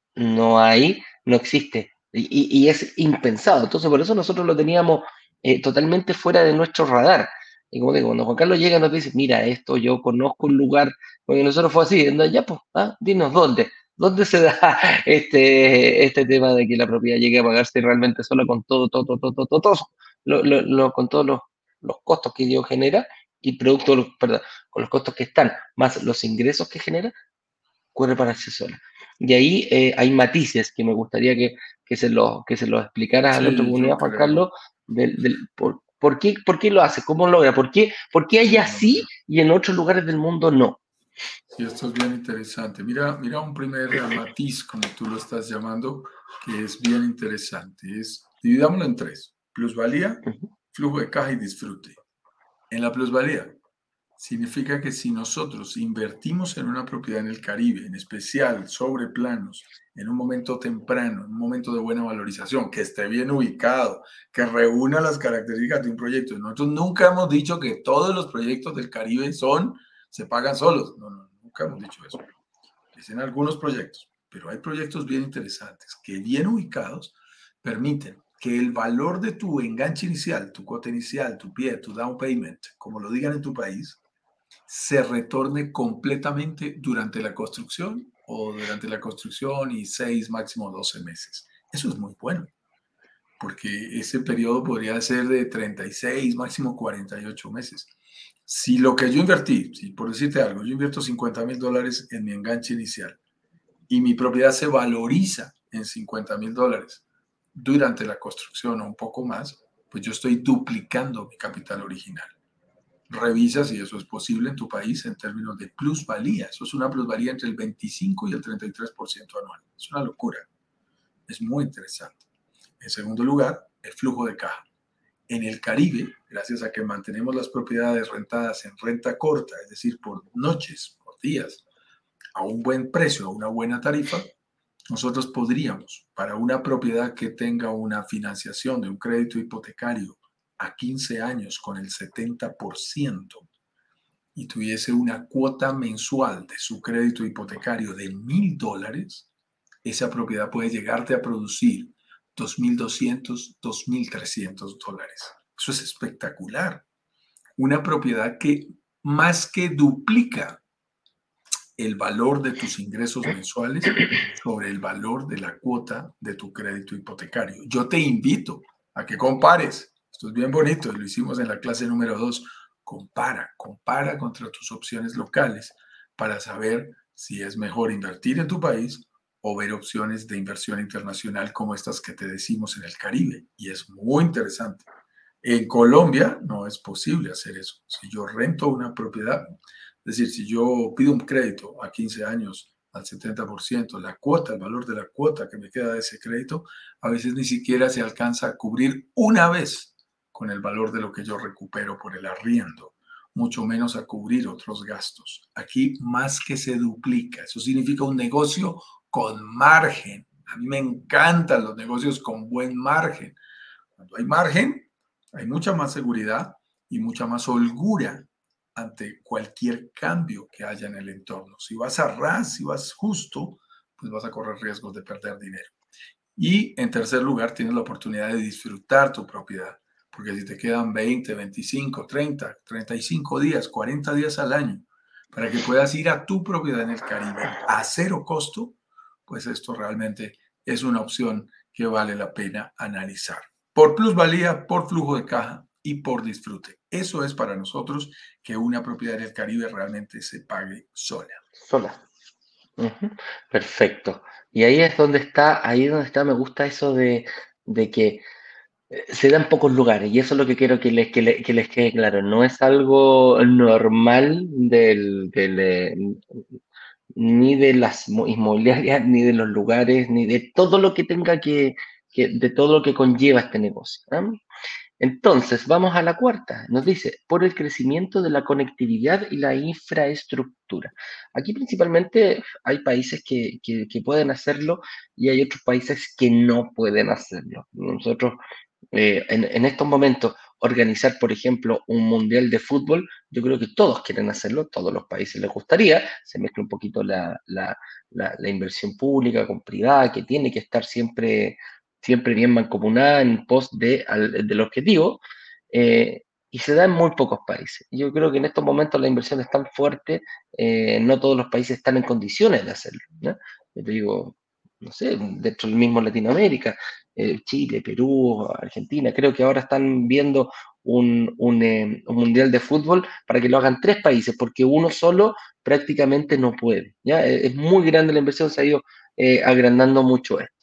no hay, no existe. Y, y- y es impensado. Entonces, por eso nosotros lo teníamos eh, totalmente fuera de nuestro radar. Y como digo, cuando Juan Carlos llega y nos dice, mira, esto yo conozco un lugar, porque nosotros fue así, ¿no? Ya, pues, ah, dinos dónde. ¿Dónde se da este, este tema de que la propiedad llegue a pagarse realmente sola con todo, todo, todo, todo, todo, todo, lo- lo- lo- con todos los, los costos que ello genera y producto, de los- perdón, con los costos que están, más los ingresos que genera, puede pagarse sola. Y ahí eh, hay matices que me gustaría que, que se los que se los explicaras a nuestra Sí, yo comunidad, Juan creo. Carlos, del, del- por, por qué, por qué lo hace, cómo lo logra, por qué, por qué hay Bueno, así mira. y en otros lugares del mundo no. Sí, esto es bien interesante. Mira, mira un primer matiz, como tú lo estás llamando, que es bien interesante. Es, dividámoslo en tres: plusvalía, Ujú. flujo de caja y disfrute. En la plusvalía, significa que si nosotros invertimos en una propiedad en el Caribe, en especial sobre planos, en un momento temprano, en un momento de buena valorización, que esté bien ubicado, que reúna las características de un proyecto. Nosotros nunca hemos dicho que todos los proyectos del Caribe son, se pagan solos. No, no, nunca hemos dicho eso. Dicen algunos proyectos, pero hay proyectos bien interesantes que bien ubicados permiten que el valor de tu enganche inicial, tu cuota inicial, tu pie, tu down payment, como lo digan en tu país, se retorne completamente durante la construcción o durante la construcción y seis, máximo doce meses. Eso es muy bueno, porque ese periodo podría ser de treinta y seis, máximo cuarenta y ocho meses. Si lo que yo invertí, si por decirte algo, yo invierto cincuenta mil dólares en mi enganche inicial y mi propiedad se valoriza en cincuenta mil dólares durante la construcción o un poco más, pues yo estoy duplicando mi capital original. Revisa si eso es posible en tu país en términos de plusvalía. Eso es una plusvalía entre el veinticinco y el treinta y tres por ciento anual. Es una locura. Es muy interesante. En segundo lugar, el flujo de caja. En el Caribe, gracias a que mantenemos las propiedades rentadas en renta corta, es decir, por noches, por días, a un buen precio, a una buena tarifa, nosotros podríamos, para una propiedad que tenga una financiación de un crédito hipotecario a quince años con el setenta por ciento y tuviese una cuota mensual de su crédito hipotecario de mil dólares, esa propiedad puede llegarte a producir dos mil doscientos, dos mil trescientos dólares. Eso es espectacular. Una propiedad que más que duplica el valor de tus ingresos mensuales sobre el valor de la cuota de tu crédito hipotecario. Yo te invito a que compares. Esto es bien bonito, lo hicimos en la clase número dos. Compara, compara contra tus opciones locales para saber si es mejor invertir en tu país o ver opciones de inversión internacional como estas que te decimos en el Caribe. Y es muy interesante. En Colombia no es posible hacer eso. Si yo rento una propiedad, es decir, si yo pido un crédito a quince años al setenta por ciento, la cuota, el valor de la cuota que me queda de ese crédito, a veces ni siquiera se alcanza a cubrir una vez con el valor de lo que yo recupero por el arriendo, mucho menos a cubrir otros gastos. Aquí más que se duplica. Eso significa un negocio con margen. A mí me encantan los negocios con buen margen. Cuando hay margen, hay mucha más seguridad y mucha más holgura ante cualquier cambio que haya en el entorno. Si vas a ras, si vas justo, pues vas a correr riesgos de perder dinero. Y en tercer lugar, tienes la oportunidad de disfrutar tu propiedad, porque si te quedan veinte, veinticinco, treinta, treinta y cinco días, cuarenta días al año, para que puedas ir a tu propiedad en el Caribe a cero costo, pues esto realmente es una opción que vale la pena analizar. Por plusvalía, por flujo de caja y por disfrute. Eso es para nosotros que una propiedad en el Caribe realmente se pague sola. Sola. Uh-huh. Perfecto. Y ahí es donde está, ahí es donde está, me gusta eso de, de que se da en pocos lugares, y eso es lo que quiero que les, que les, que les quede claro. No es algo normal del, del, eh, ni de las inmobiliarias, ni de los lugares, ni de todo lo que tenga que, que de todo lo que conlleva este negocio. ¿eh? Entonces, vamos a la cuarta. Nos dice, por el crecimiento de la conectividad y la infraestructura. Aquí principalmente hay países que, que, que pueden hacerlo y hay otros países que no pueden hacerlo. Nosotros, eh, en, en estos momentos, organizar, por ejemplo, un mundial de fútbol, yo creo que todos quieren hacerlo, todos los países les gustaría, se mezcla un poquito la, la, la, la inversión pública con privada, que tiene que estar siempre siempre bien mancomunada en pos de, al, del objetivo, eh, y se da en muy pocos países. Yo creo que en estos momentos la inversión es tan fuerte, eh, no todos los países están en condiciones de hacerlo. ¿no? Yo te digo, no sé, dentro del mismo Latinoamérica, eh, Chile, Perú, Argentina, creo que ahora están viendo un, un, eh, un mundial de fútbol para que lo hagan tres países, porque uno solo prácticamente no puede. ¿ya? Es muy grande la inversión, se ha ido eh, agrandando mucho esto.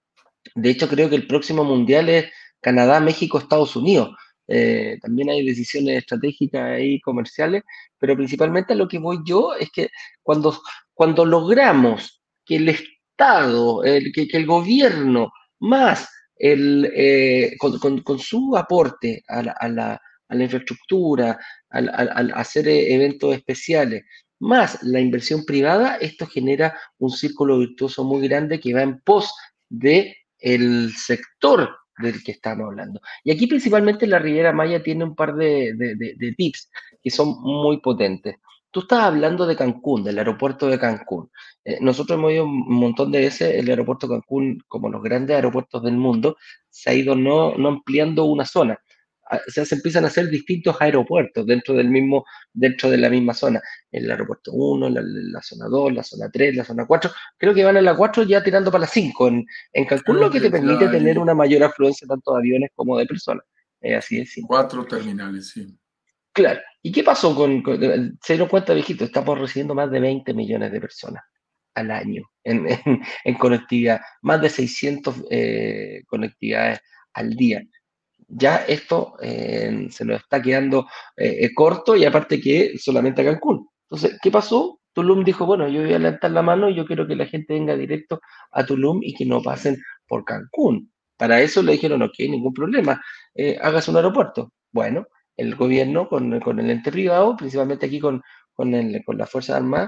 De hecho, creo que el próximo mundial es Canadá, México, Estados Unidos. Eh, también hay decisiones estratégicas ahí comerciales, pero principalmente a lo que voy yo es que cuando, cuando logramos que el Estado, el, que, que, el gobierno, más el, eh, con, con, con, su aporte a la, a la, a la infraestructura, al, al, al hacer eventos especiales, más la inversión privada, esto genera un círculo virtuoso muy grande que va en pos de el sector del que estamos hablando. Y aquí principalmente la Riviera Maya tiene un par de, de, de, de tips que son muy potentes. Tú estabas hablando de Cancún, del aeropuerto de Cancún. Eh, nosotros hemos ido un montón de veces, el aeropuerto de Cancún, como los grandes aeropuertos del mundo, se ha ido no, no ampliando una zona. O sea, se empiezan a hacer distintos aeropuertos dentro del mismo, dentro de la misma zona. El aeropuerto uno, la, la zona dos, la zona tres, la zona cuatro. Creo que van a la cuatro ya tirando para la cinco en, en Cancún, Creo lo que te que permite ya tener hay una mayor afluencia tanto de aviones como de personas. Eh, así sí, es simple. cuatro terminales, sí. Claro. ¿Y qué pasó con, con se dieron cuenta, viejito? Estamos recibiendo más de veinte millones de personas al año en, en, en conectividad, más de seiscientas eh, conectividades al día. ya esto eh, se nos está quedando eh, eh, corto y aparte que solamente a Cancún. Entonces, ¿qué pasó? Tulum dijo, bueno, yo voy a levantar la mano y yo quiero que la gente venga directo a Tulum y que no pasen por Cancún. Para eso le dijeron, ok, ningún problema, eh, hagas un aeropuerto. Bueno, el gobierno con, con el ente privado, principalmente aquí con, con, el, con las Fuerzas Armadas,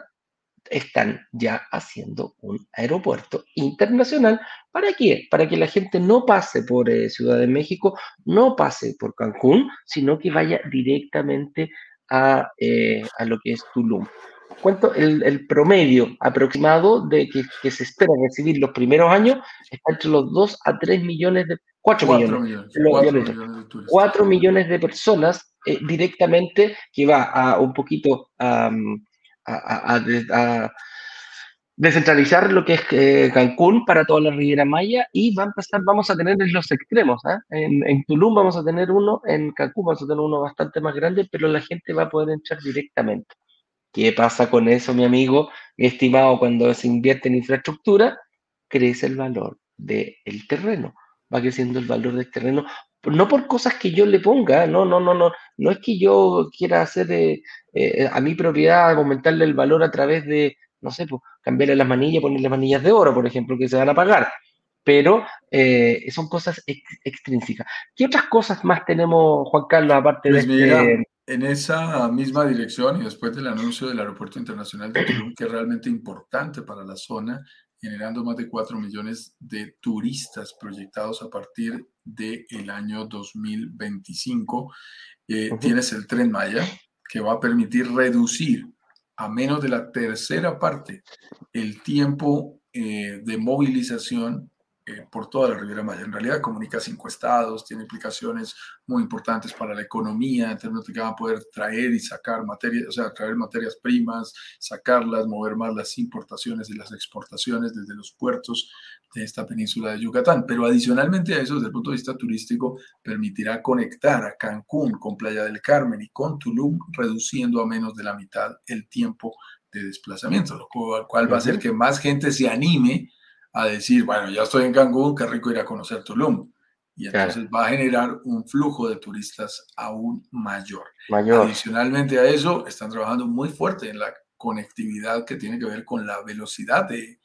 están ya haciendo un aeropuerto internacional. ¿Para qué? Para que la gente no pase por eh, Ciudad de México, no pase por Cancún, sino que vaya directamente a, eh, a lo que es Tulum. ¿Cuánto? El, el promedio aproximado de que, que, se espera recibir los primeros años está entre los dos a tres millones de, cuatro Cuatro millones, millones, lo, ya lo cuatro he dicho, millones de turistas. cuatro millones de personas eh, directamente que va a un poquito a, a, a, a, descentralizar lo que es eh, Cancún para toda la Riviera Maya y va a empezar, vamos a tener en los extremos, ¿eh? en, en Tulum vamos a tener uno, en Cancún vamos a tener uno bastante más grande, pero la gente va a poder entrar directamente. ¿Qué pasa con eso, mi amigo, mi estimado? Cuando se invierte en infraestructura, crece el valor del terreno, va creciendo el valor del terreno, no por cosas que yo le ponga, no, no, no, no, no es que yo quiera hacer eh, eh, a mi propiedad aumentarle el valor a través de, no sé, pues, cambiarle las manillas, ponerle manillas de oro, por ejemplo, que se van a pagar, pero eh, son cosas ex extrínsecas. ¿Qué otras cosas más tenemos, Juan Carlos, aparte de Pues mira, este? en esa misma dirección y después del anuncio del Aeropuerto Internacional de Tulum, que es realmente importante para la zona, generando más de cuatro millones de turistas proyectados a partir del año dos mil veinticinco, eh, Uh-huh. tienes el Tren Maya, que va a permitir reducir a menos de la tercera parte el tiempo eh, de movilización eh, por toda la Riviera Maya. En realidad comunica cinco estados, tiene implicaciones muy importantes para la economía, en términos de que van a poder traer y sacar materias, o sea, traer materias primas, sacarlas, mover más las importaciones y las exportaciones desde los puertos de esta península de Yucatán. Pero adicionalmente a eso, desde el punto de vista turístico, permitirá conectar a Cancún con Playa del Carmen y con Tulum, reduciendo a menos de la mitad el tiempo de desplazamiento, lo cual va a hacer Uh-huh. que más gente se anime a decir, bueno, ya estoy en Cancún, qué rico ir a conocer Tulum. Y Claro, entonces va a generar un flujo de turistas aún mayor. mayor. Adicionalmente a eso, están trabajando muy fuerte en la conectividad que tiene que ver con la velocidad de,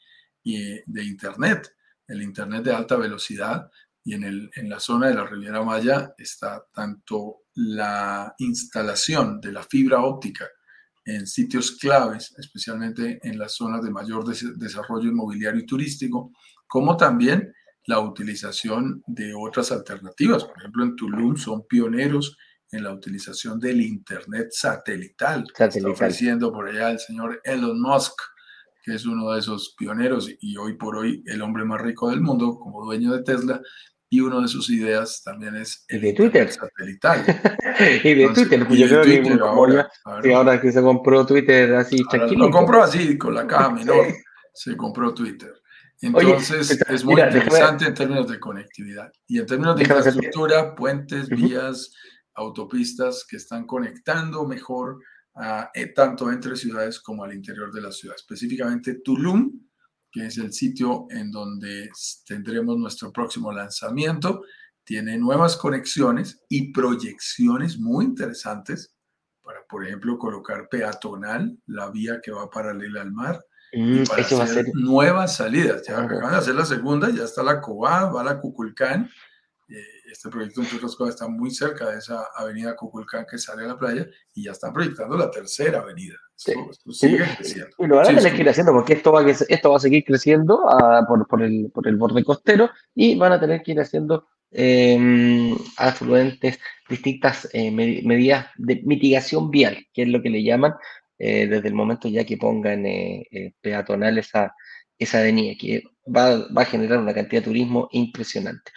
de Internet, el Internet de alta velocidad. Y en, el, en la zona de la Riviera Maya está tanto la instalación de la fibra óptica en sitios claves, especialmente en las zonas de mayor des desarrollo inmobiliario y turístico, como también la utilización de otras alternativas. Por ejemplo, en Tulum son pioneros en la utilización del Internet satelital que está Satelital. ofreciendo por allá el señor Elon Musk, que es uno de esos pioneros y hoy por hoy el hombre más rico del mundo como dueño de Tesla, y una de sus ideas también es Y el de Internet Twitter. satelital. y de Entonces, Twitter, pues y yo de creo que Twitter como ya, ahora, sí, claro. ahora que se compró Twitter así Ahora lo tranquilito. compró así, con la caja Sí. menor, se compró Twitter. Oye, Entonces, es muy mira, déjame, interesante en términos de conectividad. Y en términos de déjame hacerte. infraestructura, puentes, Uh-huh. vías, autopistas que están conectando mejor uh, eh, tanto entre ciudades como al interior de la ciudad. Específicamente Tulum, que es el sitio en donde tendremos nuestro próximo lanzamiento, tiene nuevas conexiones y proyecciones muy interesantes para, por ejemplo, colocar peatonal, la vía que va paralela al mar, y Mm, para eso va a ser. hacer nuevas salidas. Ya Claro. acaban de hacer la segunda, ya está la Cobá, va la Cuculcán. Eh, este proyecto, entre otras cosas, está muy cerca de esa avenida Cuculcán que sale a la playa y ya están proyectando la tercera avenida. Sí. Esto, esto Y, sigue creciendo. y lo van a Sí, tener que ir disculpa. haciendo porque esto va, a, esto va a seguir creciendo ah, por, por, el, por el borde costero y van a tener que ir haciendo eh, afluentes distintas eh, med medidas de mitigación vial, que es lo que le llaman eh, desde el momento ya que pongan eh, eh, peatonal esa, esa avenida, que va, va, a generar una cantidad de turismo impresionante.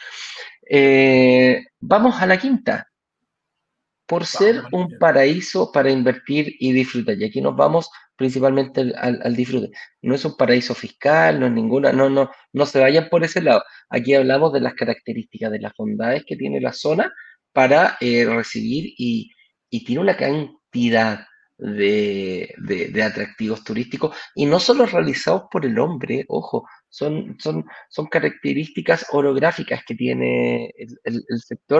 Eh, vamos a la quinta. Por ser Vamos a la un quinta. paraíso para invertir y disfrutar. Y aquí nos vamos principalmente al, al, al, disfrute. No es un paraíso fiscal, no es ninguna, no, no, no se vayan por ese lado. Aquí hablamos de las características, de las bondades que tiene la zona para eh, recibir y, y tiene una cantidad de, de, de, atractivos turísticos y no solo realizados por el hombre, ojo, son, son, son características orográficas que tiene el, el, el sector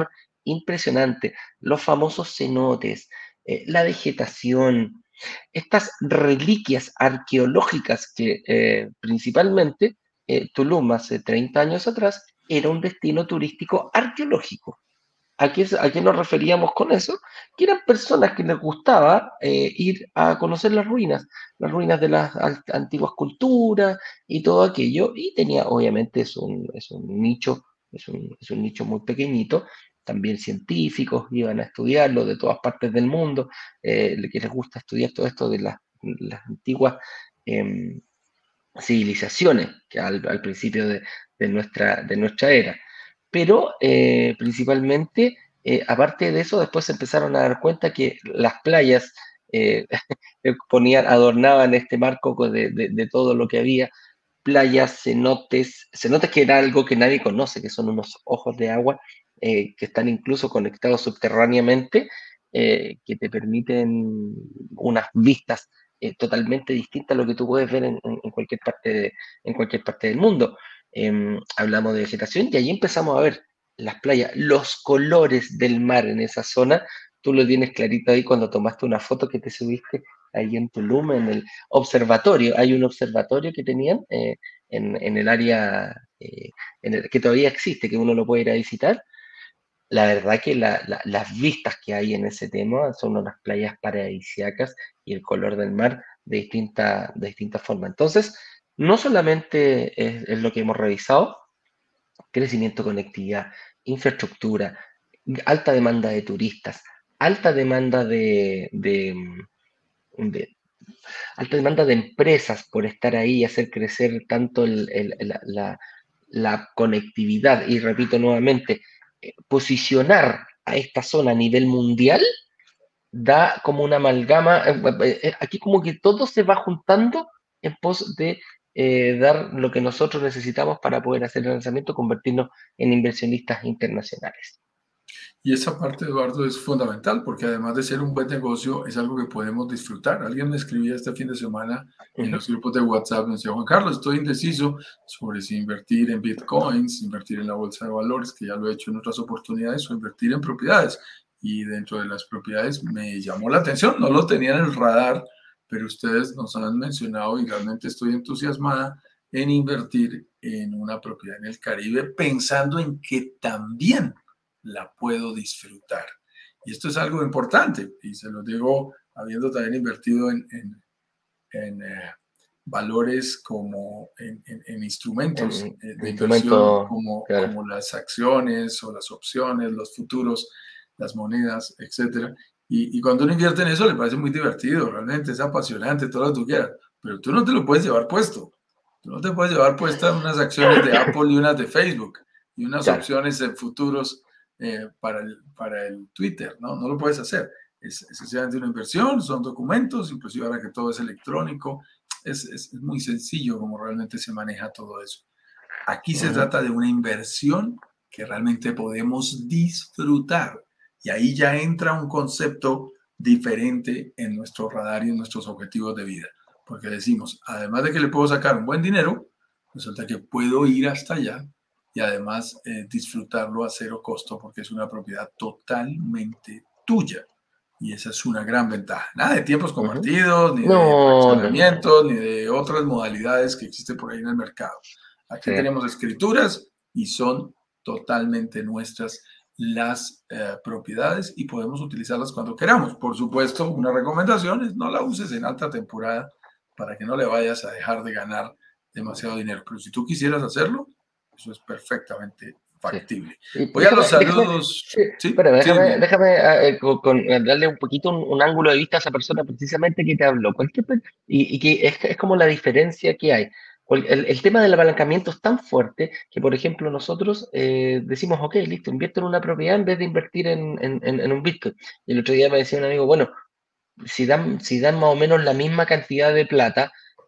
impresionante. Los famosos cenotes, eh, la vegetación, estas reliquias arqueológicas que eh, principalmente eh, Tulum hace treinta años atrás era un destino turístico arqueológico. ¿A qué, ¿A qué nos referíamos con eso? Que eran personas que les gustaba eh, ir a conocer las ruinas, las ruinas de las antiguas culturas y todo aquello, y tenía, obviamente, es un, es un nicho, es un, es un nicho muy pequeñito, también científicos iban a estudiarlo de todas partes del mundo, eh, que les gusta estudiar todo esto de las, las antiguas eh, civilizaciones, que al, al principio de, de, nuestra, de nuestra era. Pero eh, principalmente, eh, aparte de eso, después se empezaron a dar cuenta que las playas eh, ponían, adornaban este marco de, de, de, todo lo que había, playas, cenotes, cenotes que era algo que nadie conoce, que son unos ojos de agua eh, que están incluso conectados subterráneamente, eh, que te permiten unas vistas eh, totalmente distintas a lo que tú puedes ver en, en, en cualquier, parte de, en cualquier parte del mundo. Eh, hablamos de vegetación y allí empezamos a ver las playas, los colores del mar en esa zona. Tú lo tienes clarito ahí cuando tomaste una foto que te subiste ahí en Tulum, en el observatorio. Hay un observatorio que tenían eh, en, en, el área eh, en el, que todavía existe, que uno lo puede ir a visitar. La verdad que la, la, las vistas que hay en ese tema son unas playas paradisíacas y el color del mar de distinta, de distinta forma. Entonces, no solamente es, es lo que hemos revisado, crecimiento, conectividad, infraestructura, alta demanda de turistas, alta demanda de, de, de alta demanda de empresas por estar ahí y hacer crecer tanto el, el, la, la, la, conectividad y repito nuevamente, eh, posicionar a esta zona a nivel mundial da como una amalgama, eh, eh, aquí como que todo se va juntando en pos de eh, dar lo que nosotros necesitamos para poder hacer el lanzamiento, convertirnos en inversionistas internacionales. Y esa parte, Eduardo, es fundamental porque además de ser un buen negocio, es algo que podemos disfrutar. Alguien me escribía este fin de semana en los grupos de WhatsApp, me decía, Juan Carlos, estoy indeciso sobre si invertir en bitcoins, invertir en la bolsa de valores, que ya lo he hecho en otras oportunidades, o invertir en propiedades. Y dentro de las propiedades me llamó la atención, no lo tenía en el radar, pero ustedes nos han mencionado y realmente estoy entusiasmada en invertir en una propiedad en el Caribe, pensando en que también la puedo disfrutar. Y esto es algo importante, y se lo digo habiendo también invertido en, en, en eh, valores como en, en, en instrumentos en, eh, de inversión instrumento, como, claro. como las acciones o las opciones, los futuros, las monedas, etcétera. Y, y cuando uno invierte en eso le parece muy divertido, realmente es apasionante, todo lo que tú quieras, pero tú no te lo puedes llevar puesto. Tú no te puedes llevar puestas unas acciones de Apple y unas de Facebook y unas claro. opciones en futuros eh, para, el, para el Twitter, ¿no? No lo puedes hacer. Es esencialmente una inversión, son documentos, inclusive ahora que todo es electrónico, es, es, es muy sencillo como realmente se maneja todo eso. Aquí uh-huh. se trata de una inversión que realmente podemos disfrutar y ahí ya entra un concepto diferente en nuestro radar y en nuestros objetivos de vida, porque decimos, además de que le puedo sacar un buen dinero, resulta que puedo ir hasta allá y además eh, disfrutarlo a cero costo porque es una propiedad totalmente tuya. Y esa es una gran ventaja. Nada de tiempos compartidos, uh-huh. ni no, de fraccionamientos, no, no. ni de otras modalidades que existen por ahí en el mercado. Aquí sí. tenemos escrituras y son totalmente nuestras las eh, propiedades y podemos utilizarlas cuando queramos. Por supuesto, una recomendación es no la uses en alta temporada para que no le vayas a dejar de ganar demasiado dinero. Pero si tú quisieras hacerlo, eso es perfectamente factible. Sí. Voy déjame, a los saludos. Déjame, sí, ¿sí? Espérame, déjame, sí, déjame eh, con, con, darle un poquito un, un ángulo de vista a esa persona precisamente que te habló. Cualquier, y, y que es, es como la diferencia que hay. El, el tema del apalancamiento es tan fuerte que, por ejemplo, nosotros eh, decimos, ok, listo, invierto en una propiedad en vez de invertir en, en, en un Bitcoin. Y el otro día me decía un amigo, bueno, si dan, si dan más o menos la misma cantidad de plata,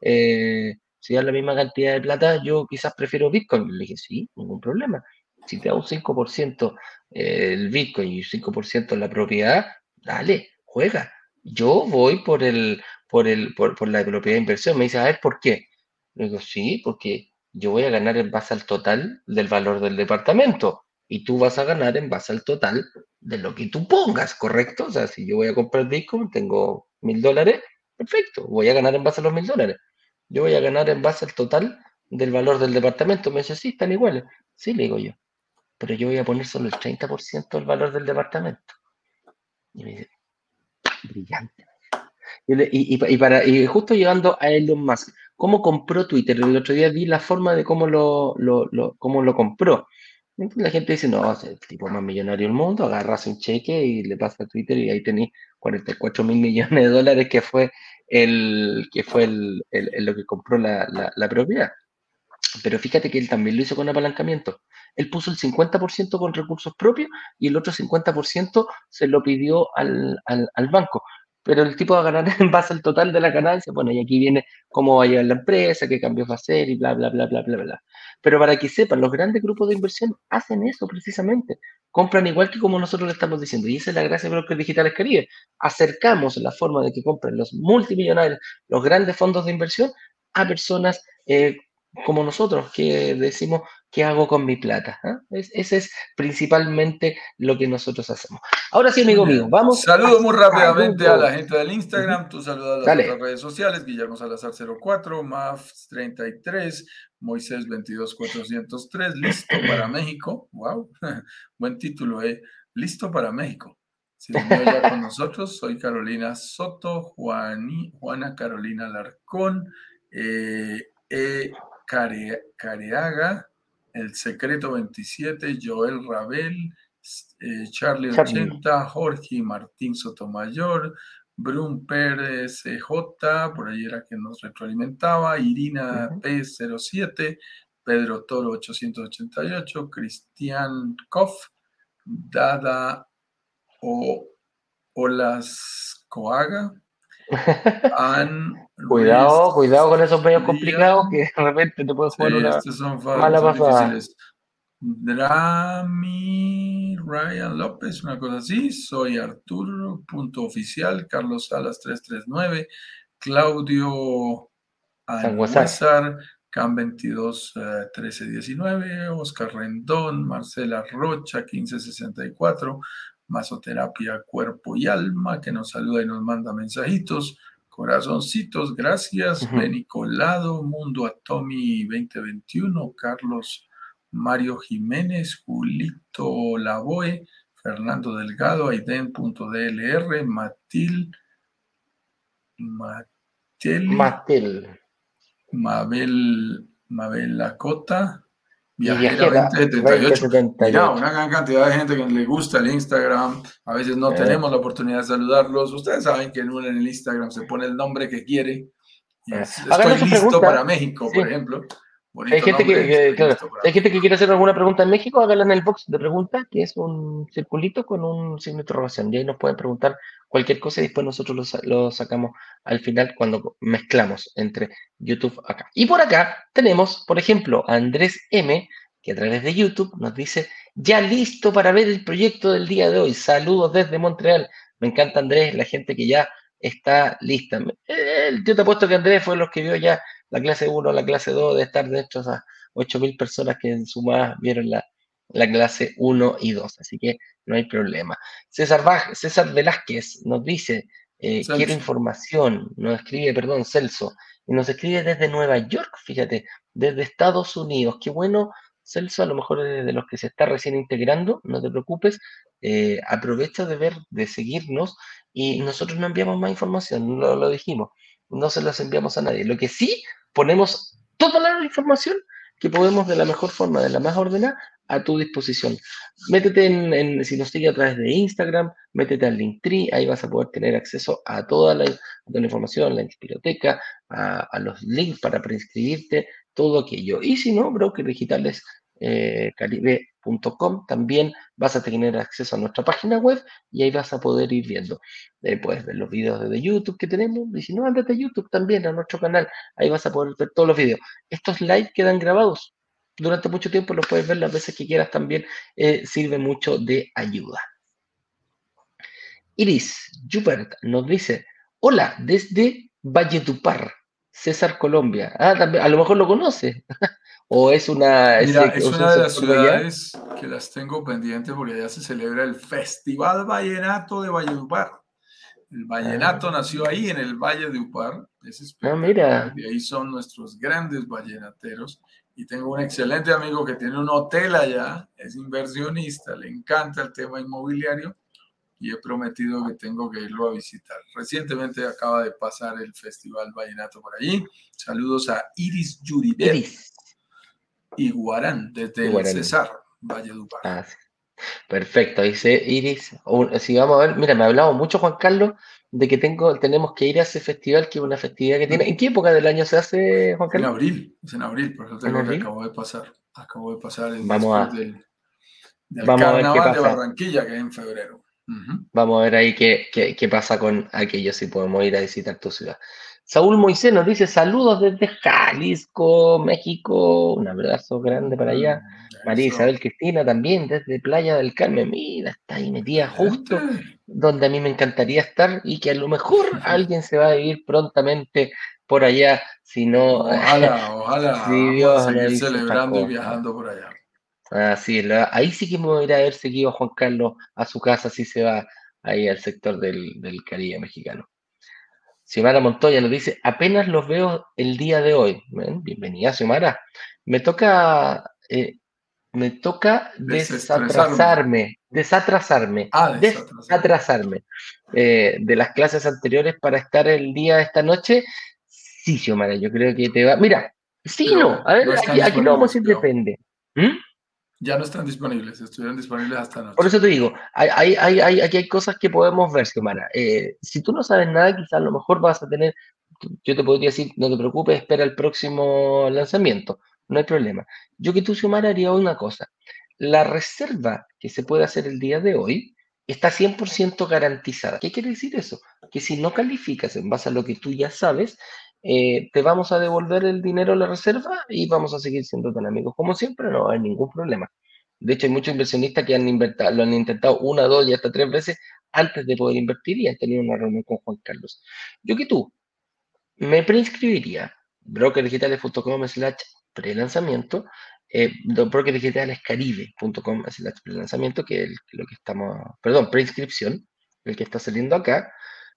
eh, si dan la misma cantidad de plata, yo quizás prefiero Bitcoin. Le dije, sí, ningún problema. Si te da un cinco por ciento eh, el Bitcoin y un cinco por ciento la propiedad, dale, juega. Yo voy por el, por el, por, por la propiedad de inversión. Me dice, a ver, ¿por qué? Le digo, sí, porque yo voy a ganar en base al total del valor del departamento. y tú vas a ganar en base al total de lo que tú pongas, ¿correcto? O sea, si yo voy a comprar Bitcoin, tengo mil dólares, perfecto, voy a ganar en base a los mil dólares. Yo voy a ganar en base al total del valor del departamento. Me dice, sí, están iguales. Sí, le digo yo, pero yo voy a poner solo el treinta por ciento del valor del departamento. Y me dice, brillante. Y, le- y- y- y para, y justo llegando a Elon Musk, ¿cómo compró Twitter? El otro día vi la forma de cómo lo, lo, lo- cómo lo compró. Entonces la gente dice, no, es el tipo más millonario del mundo, agarras un cheque y le pasa a Twitter y ahí tenéis cuarenta y cuatro mil millones de dólares que fue el que fue el, el- el lo que compró la, la, la propiedad. Pero fíjate que él también lo hizo con apalancamiento. Él puso el cincuenta por ciento con recursos propios y el otro cincuenta por ciento se lo pidió al, al, al banco. Pero el tipo va a ganar en base al total de la ganancia. Bueno, y aquí viene cómo va a llevar la empresa, qué cambios va a hacer y bla, bla, bla, bla, bla, bla. Pero para que sepan, los grandes grupos de inversión hacen eso precisamente. Compran igual que como nosotros le estamos diciendo. Y esa es la gracia de Brokers Digitales Caribe. Acercamos la forma de que compren los multimillonarios, los grandes fondos de inversión a personas eh, como nosotros, que decimos, ¿qué hago con mi plata? ¿Ah? Es, ese es principalmente lo que nosotros hacemos. Ahora sí, Muy amigo mío, bien. vamos a Saludo muy rápidamente a la saludos. gente del Uh -huh. Instagram. Tú saludas a las otras Dale. redes sociales. Guillermo Salazar cero cuatro, Maf treinta y tres, Moisés veintidós cuatrocientos tres. Listo para México. Wow. Buen título, ¿eh? Listo para México. Se unió ya con nosotros. Soy Carolina Soto, Juani, Juana Carolina Larcón, eh, e Care, Careaga, El Secreto veintisiete, Joel Rabel, eh, Charlie Charlie. ochenta, Jorge Martín Sotomayor, Brun Pérez J, por ahí era que nos retroalimentaba, Irina Uh -huh. P cero siete, Pedro Toro ochocientos ochenta y ocho, Cristian Koff, Dada o Olas Coaga, Ann Cuidado, cuidado con esos medios complicados que Rian. de repente te pueden Sí, jugar una estos son, mala son pasada. difíciles. Drami Ryan López, una cosa así. Soy Arturo, punto oficial. Carlos Salas tres tres nueve. Claudio Sanguesar. Anuezar, Cam veintidós trece diecinueve. Oscar Rendón, Marcela Rocha quince sesenta y cuatro. Masoterapia Cuerpo y Alma, que nos saluda y nos manda mensajitos. Corazoncitos, gracias. Uh -huh. Beni Colado, Mundo Atomi veinte veintiuno, Carlos Mario Jiménez, Julito Lavoe, Fernando Delgado, Aiden.dlr, Matil, Mateli, Mastel. Mabel, Mabel Lacota, Y Viajera Viajera veinte setenta y ocho. Mira, dos mil setenta y ocho. una gran cantidad de gente que le gusta el Instagram. A veces no Eh, tenemos la oportunidad de saludarlos. Ustedes saben que uno en el Instagram se pone el nombre que quiere. Y eh. es, Háganos estoy su listo pregunta. para México, por Sí. ejemplo. Si hay Bonito gente que, nombre, que- estoy claro, listo para si hay gente que México. quiere hacer alguna pregunta en México, hágala en el box de preguntas, que es un circulito con un signo de interrogación. Y ahí nos pueden preguntar cualquier cosa y después nosotros lo, sa- lo sacamos al final cuando mezclamos entre YouTube acá. Y por acá tenemos, por ejemplo, a Andrés M, que a través de YouTube nos dice, ya listo para ver el proyecto del día de hoy. Saludos desde Montreal. Me encanta Andrés, la gente que ya está lista. Eh, yo te apuesto que Andrés fue los que vio ya la clase uno, la clase dos, de estar dentro de esas ocho mil personas que en suma vieron la, la clase uno y dos, así que no hay problema. César, Baj, César Velázquez nos dice, eh, quiero Celso. información, nos escribe, perdón, Celso, y nos escribe desde Nueva York, fíjate, desde Estados Unidos. Qué bueno, Celso, a lo mejor es de los que se está recién integrando, no te preocupes, eh, aprovecha de ver, de seguirnos, y nosotros no enviamos más información, lo, lo dijimos, no se las enviamos a nadie. Lo que sí, ponemos toda la información que podemos de la mejor forma, de la más ordenada, a tu disposición. Métete en, en si nos sigue a través de Instagram, métete al Linktree, ahí vas a poder tener acceso a toda la, a toda la información, la biblioteca, a, a, los links para preinscribirte, todo aquello. Y si no, Brokers Digitales eh, Caribe punto com, también vas a tener acceso a nuestra página web y ahí vas a poder ir viendo. Eh, puedes ver los videos de YouTube que tenemos, y si no, ándate a YouTube también, a nuestro canal, ahí vas a poder ver todos los videos. Estos live quedan grabados durante mucho tiempo, los puedes ver las veces que quieras también, eh, sirve mucho de ayuda. Iris Jupert nos dice, hola, desde Valledupar, César, Colombia. Ah, también, a lo mejor lo conoce. ¿O es, una, es, Mira, es es un una de las sector de allá? ciudades que las tengo pendientes porque allá se celebra el Festival Vallenato de Valledupar. El vallenato Ah, nació ahí en el Valle de Upar, es no, espectacular, mira. y ahí son nuestros grandes vallenateros. Y tengo un excelente amigo que tiene un hotel allá, es inversionista, le encanta el tema inmobiliario y he prometido que tengo que irlo a visitar. Recientemente acaba de pasar el Festival Vallenato por allí. Saludos a Iris Yuribet Iris. y Guarán desde el Guaraní. Cesar, Valledupar. Ah, sí. Perfecto, dice Iris. Un- si vamos a ver, mira, me ha hablado mucho Juan Carlos de que tengo, tenemos que ir a ese festival, que es una festividad que tiene. ¿En qué época del año se hace, Juan En Carlos? abril, es en abril, por eso te ¿En digo que abril? acabó de pasar. Acabó de pasar, es Vamos después a, del, del vamos a ver qué Carnaval de pasa. Barranquilla, que es en febrero. Uh-huh. Vamos a ver ahí qué, qué, qué pasa con aquello, si podemos ir a visitar tu ciudad. Saúl Moisés nos dice saludos desde Jalisco, México. Un abrazo grande para allá. Mm, María eso, Isabel Cristina también desde Playa del Carmen. Mira, está ahí metida excelente. justo donde a mí me encantaría estar y que a lo mejor alguien se va a vivir prontamente por allá, si no, Ojalá, ojalá, si vamos a Dios no seguir dice otra celebrando y cosa. viajando por allá. Así es, la- ahí sí que me voy a ir a haber seguido a Juan Carlos a su casa, si se va ahí al sector del, del Caribe mexicano. Xiomara Montoya nos dice, apenas los veo el día de hoy. Ven, bienvenida, Xiomara. Me toca, eh, me toca Desestresarme. desatrasarme, desatrasarme, Ah, desatrasarme. desatrasarme eh, de las clases anteriores para estar el día de esta noche. Sí, Xiomara, yo creo que te va. Mira, sí, no. Pero A ver, no están aquí, aquí lo vamos a disponibles, decir, cuidado. depende. ¿Mm? Ya no están disponibles, estuvieron disponibles hasta Por anoche. eso te digo, hay, hay, hay, hay- aquí hay cosas que podemos ver, Xiomara. Eh, si tú no sabes nada, quizás a lo mejor vas a tener, yo te podría decir, no te preocupes, espera el próximo lanzamiento, no hay problema. Yo que tú, Xiomara, haría una cosa. La reserva que se puede hacer el día de hoy está cien por ciento garantizada. ¿Qué quiere decir eso? Que si no calificas en base a lo que tú ya sabes, eh, te vamos a devolver el dinero a la reserva y vamos a seguir siendo tan amigos como siempre, no hay ningún problema. De hecho, hay muchos inversionistas que han invertado, lo han intentado una, dos y hasta tres veces antes de poder invertir y han tenido una reunión con Juan Carlos. Yo que tú, me preinscribiría, brokerdigitales.com slash prelanzamiento, eh, brokerdigitalescaribe.com slash prelanzamiento, que es el- lo que estamos, perdón, preinscripción, el que está saliendo acá.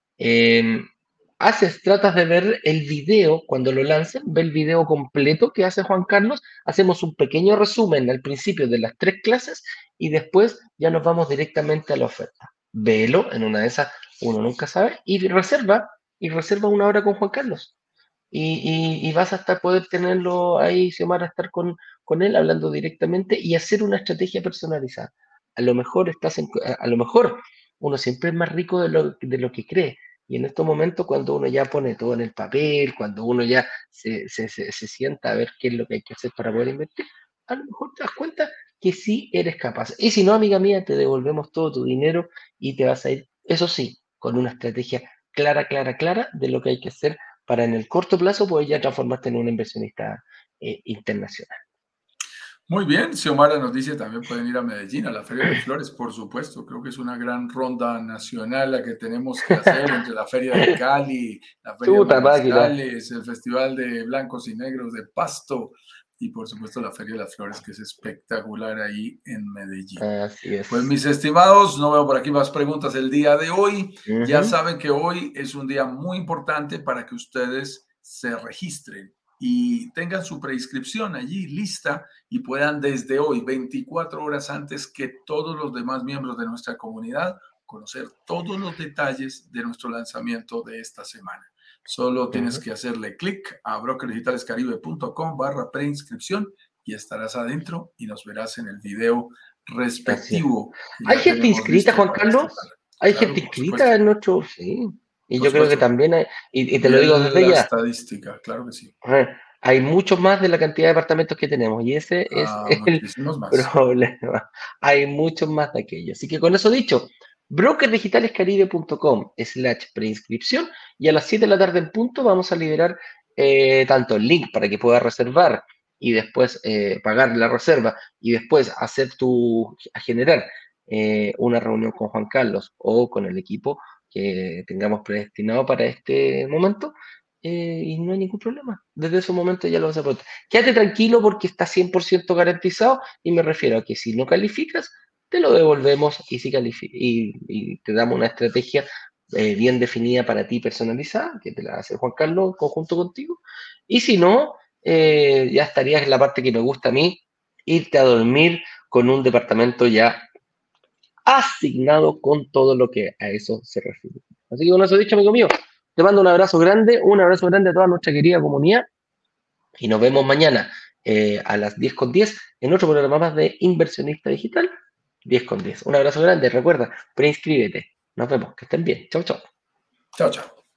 Eh, haces, tratas de ver el video cuando lo lancen, ve el video completo que hace Juan Carlos, hacemos un pequeño resumen al principio de las tres clases y después ya nos vamos directamente a la oferta. Velo, en una de esas uno nunca sabe, y reserva, y reserva una hora con Juan Carlos. Y, y- y vas a estar, poder tenerlo ahí, Xiomara, estar con, con él hablando directamente y hacer una estrategia personalizada. A lo mejor estás en- a, a lo mejor uno siempre es más rico de lo, de lo que cree. Y en estos momentos, cuando uno ya pone todo en el papel, cuando uno ya se, se, se, se sienta a ver qué es lo que hay que hacer para poder invertir, a lo mejor te das cuenta que sí eres capaz. Y si no, amiga mía, te devolvemos todo tu dinero y te vas a ir, eso sí, con una estrategia clara, clara, clara de lo que hay que hacer para en el corto plazo poder ya transformarte en un inversionista eh, internacional. Muy bien, Xiomara nos dice también pueden ir a Medellín, a la Feria de Flores, por supuesto. Creo que es una gran ronda nacional la que tenemos que hacer entre la Feria de Cali, la Feria de Chuta máquina. Manizales, el Festival de Blancos y Negros de Pasto y por supuesto la Feria de las Flores, que es espectacular ahí en Medellín. Así Pues es. mis estimados, no veo por aquí más preguntas el día de hoy. Ya Ujú. saben que hoy es un día muy importante para que ustedes se registren y tengan su preinscripción allí lista y puedan desde hoy, veinticuatro horas antes que todos los demás miembros de nuestra comunidad, conocer todos los detalles de nuestro lanzamiento de esta semana. Solo tienes Ujú. que hacerle clic a brokerdigitalescaribe.com barra preinscripción y estarás adentro y nos verás en el video Así es. respectivo que ¿Hay ya gente tenemos inscrita, listo Juan para este Carlos? canal. ¿Hay Claro, gente por supuesto, inscrita en nuestro? Sí. Y por yo creo que supuesto. también hay, y, y te lo digo desde Fiel la ya, estadística, claro que sí. eh, hay muchos más de la cantidad de departamentos que tenemos y ese es Ah, el muchísimos más. problema. Hay muchos más de aquello. Así que con eso dicho, brokerdigitalescaribe.com slash preinscripción y a las siete de la tarde en punto vamos a liberar eh, tanto el link para que puedas reservar y después eh, pagar la reserva y después hacer tu, a generar eh, una reunión con Juan Carlos o con el equipo que tengamos predestinado para este momento eh, y no hay ningún problema. Desde ese momento ya lo vas a poder. Quédate tranquilo porque está cien por ciento garantizado y me refiero a que si no calificas, te lo devolvemos y, si califi- y, y te damos una estrategia eh, bien definida para ti, personalizada, que te la hace Juan Carlos en conjunto contigo. Y si no, eh, ya estarías en la parte que me gusta a mí, irte a dormir con un departamento ya asignado con todo lo que a eso se refiere. Así que con eso dicho, amigo mío, te mando un abrazo grande, un abrazo grande a toda nuestra querida comunidad y nos vemos mañana eh, a las diez con diez en otro programa más de Inversionista Digital, diez con diez. Un abrazo grande, recuerda, preinscríbete. Nos vemos, que estén bien. Chau, chau. Chao, chao.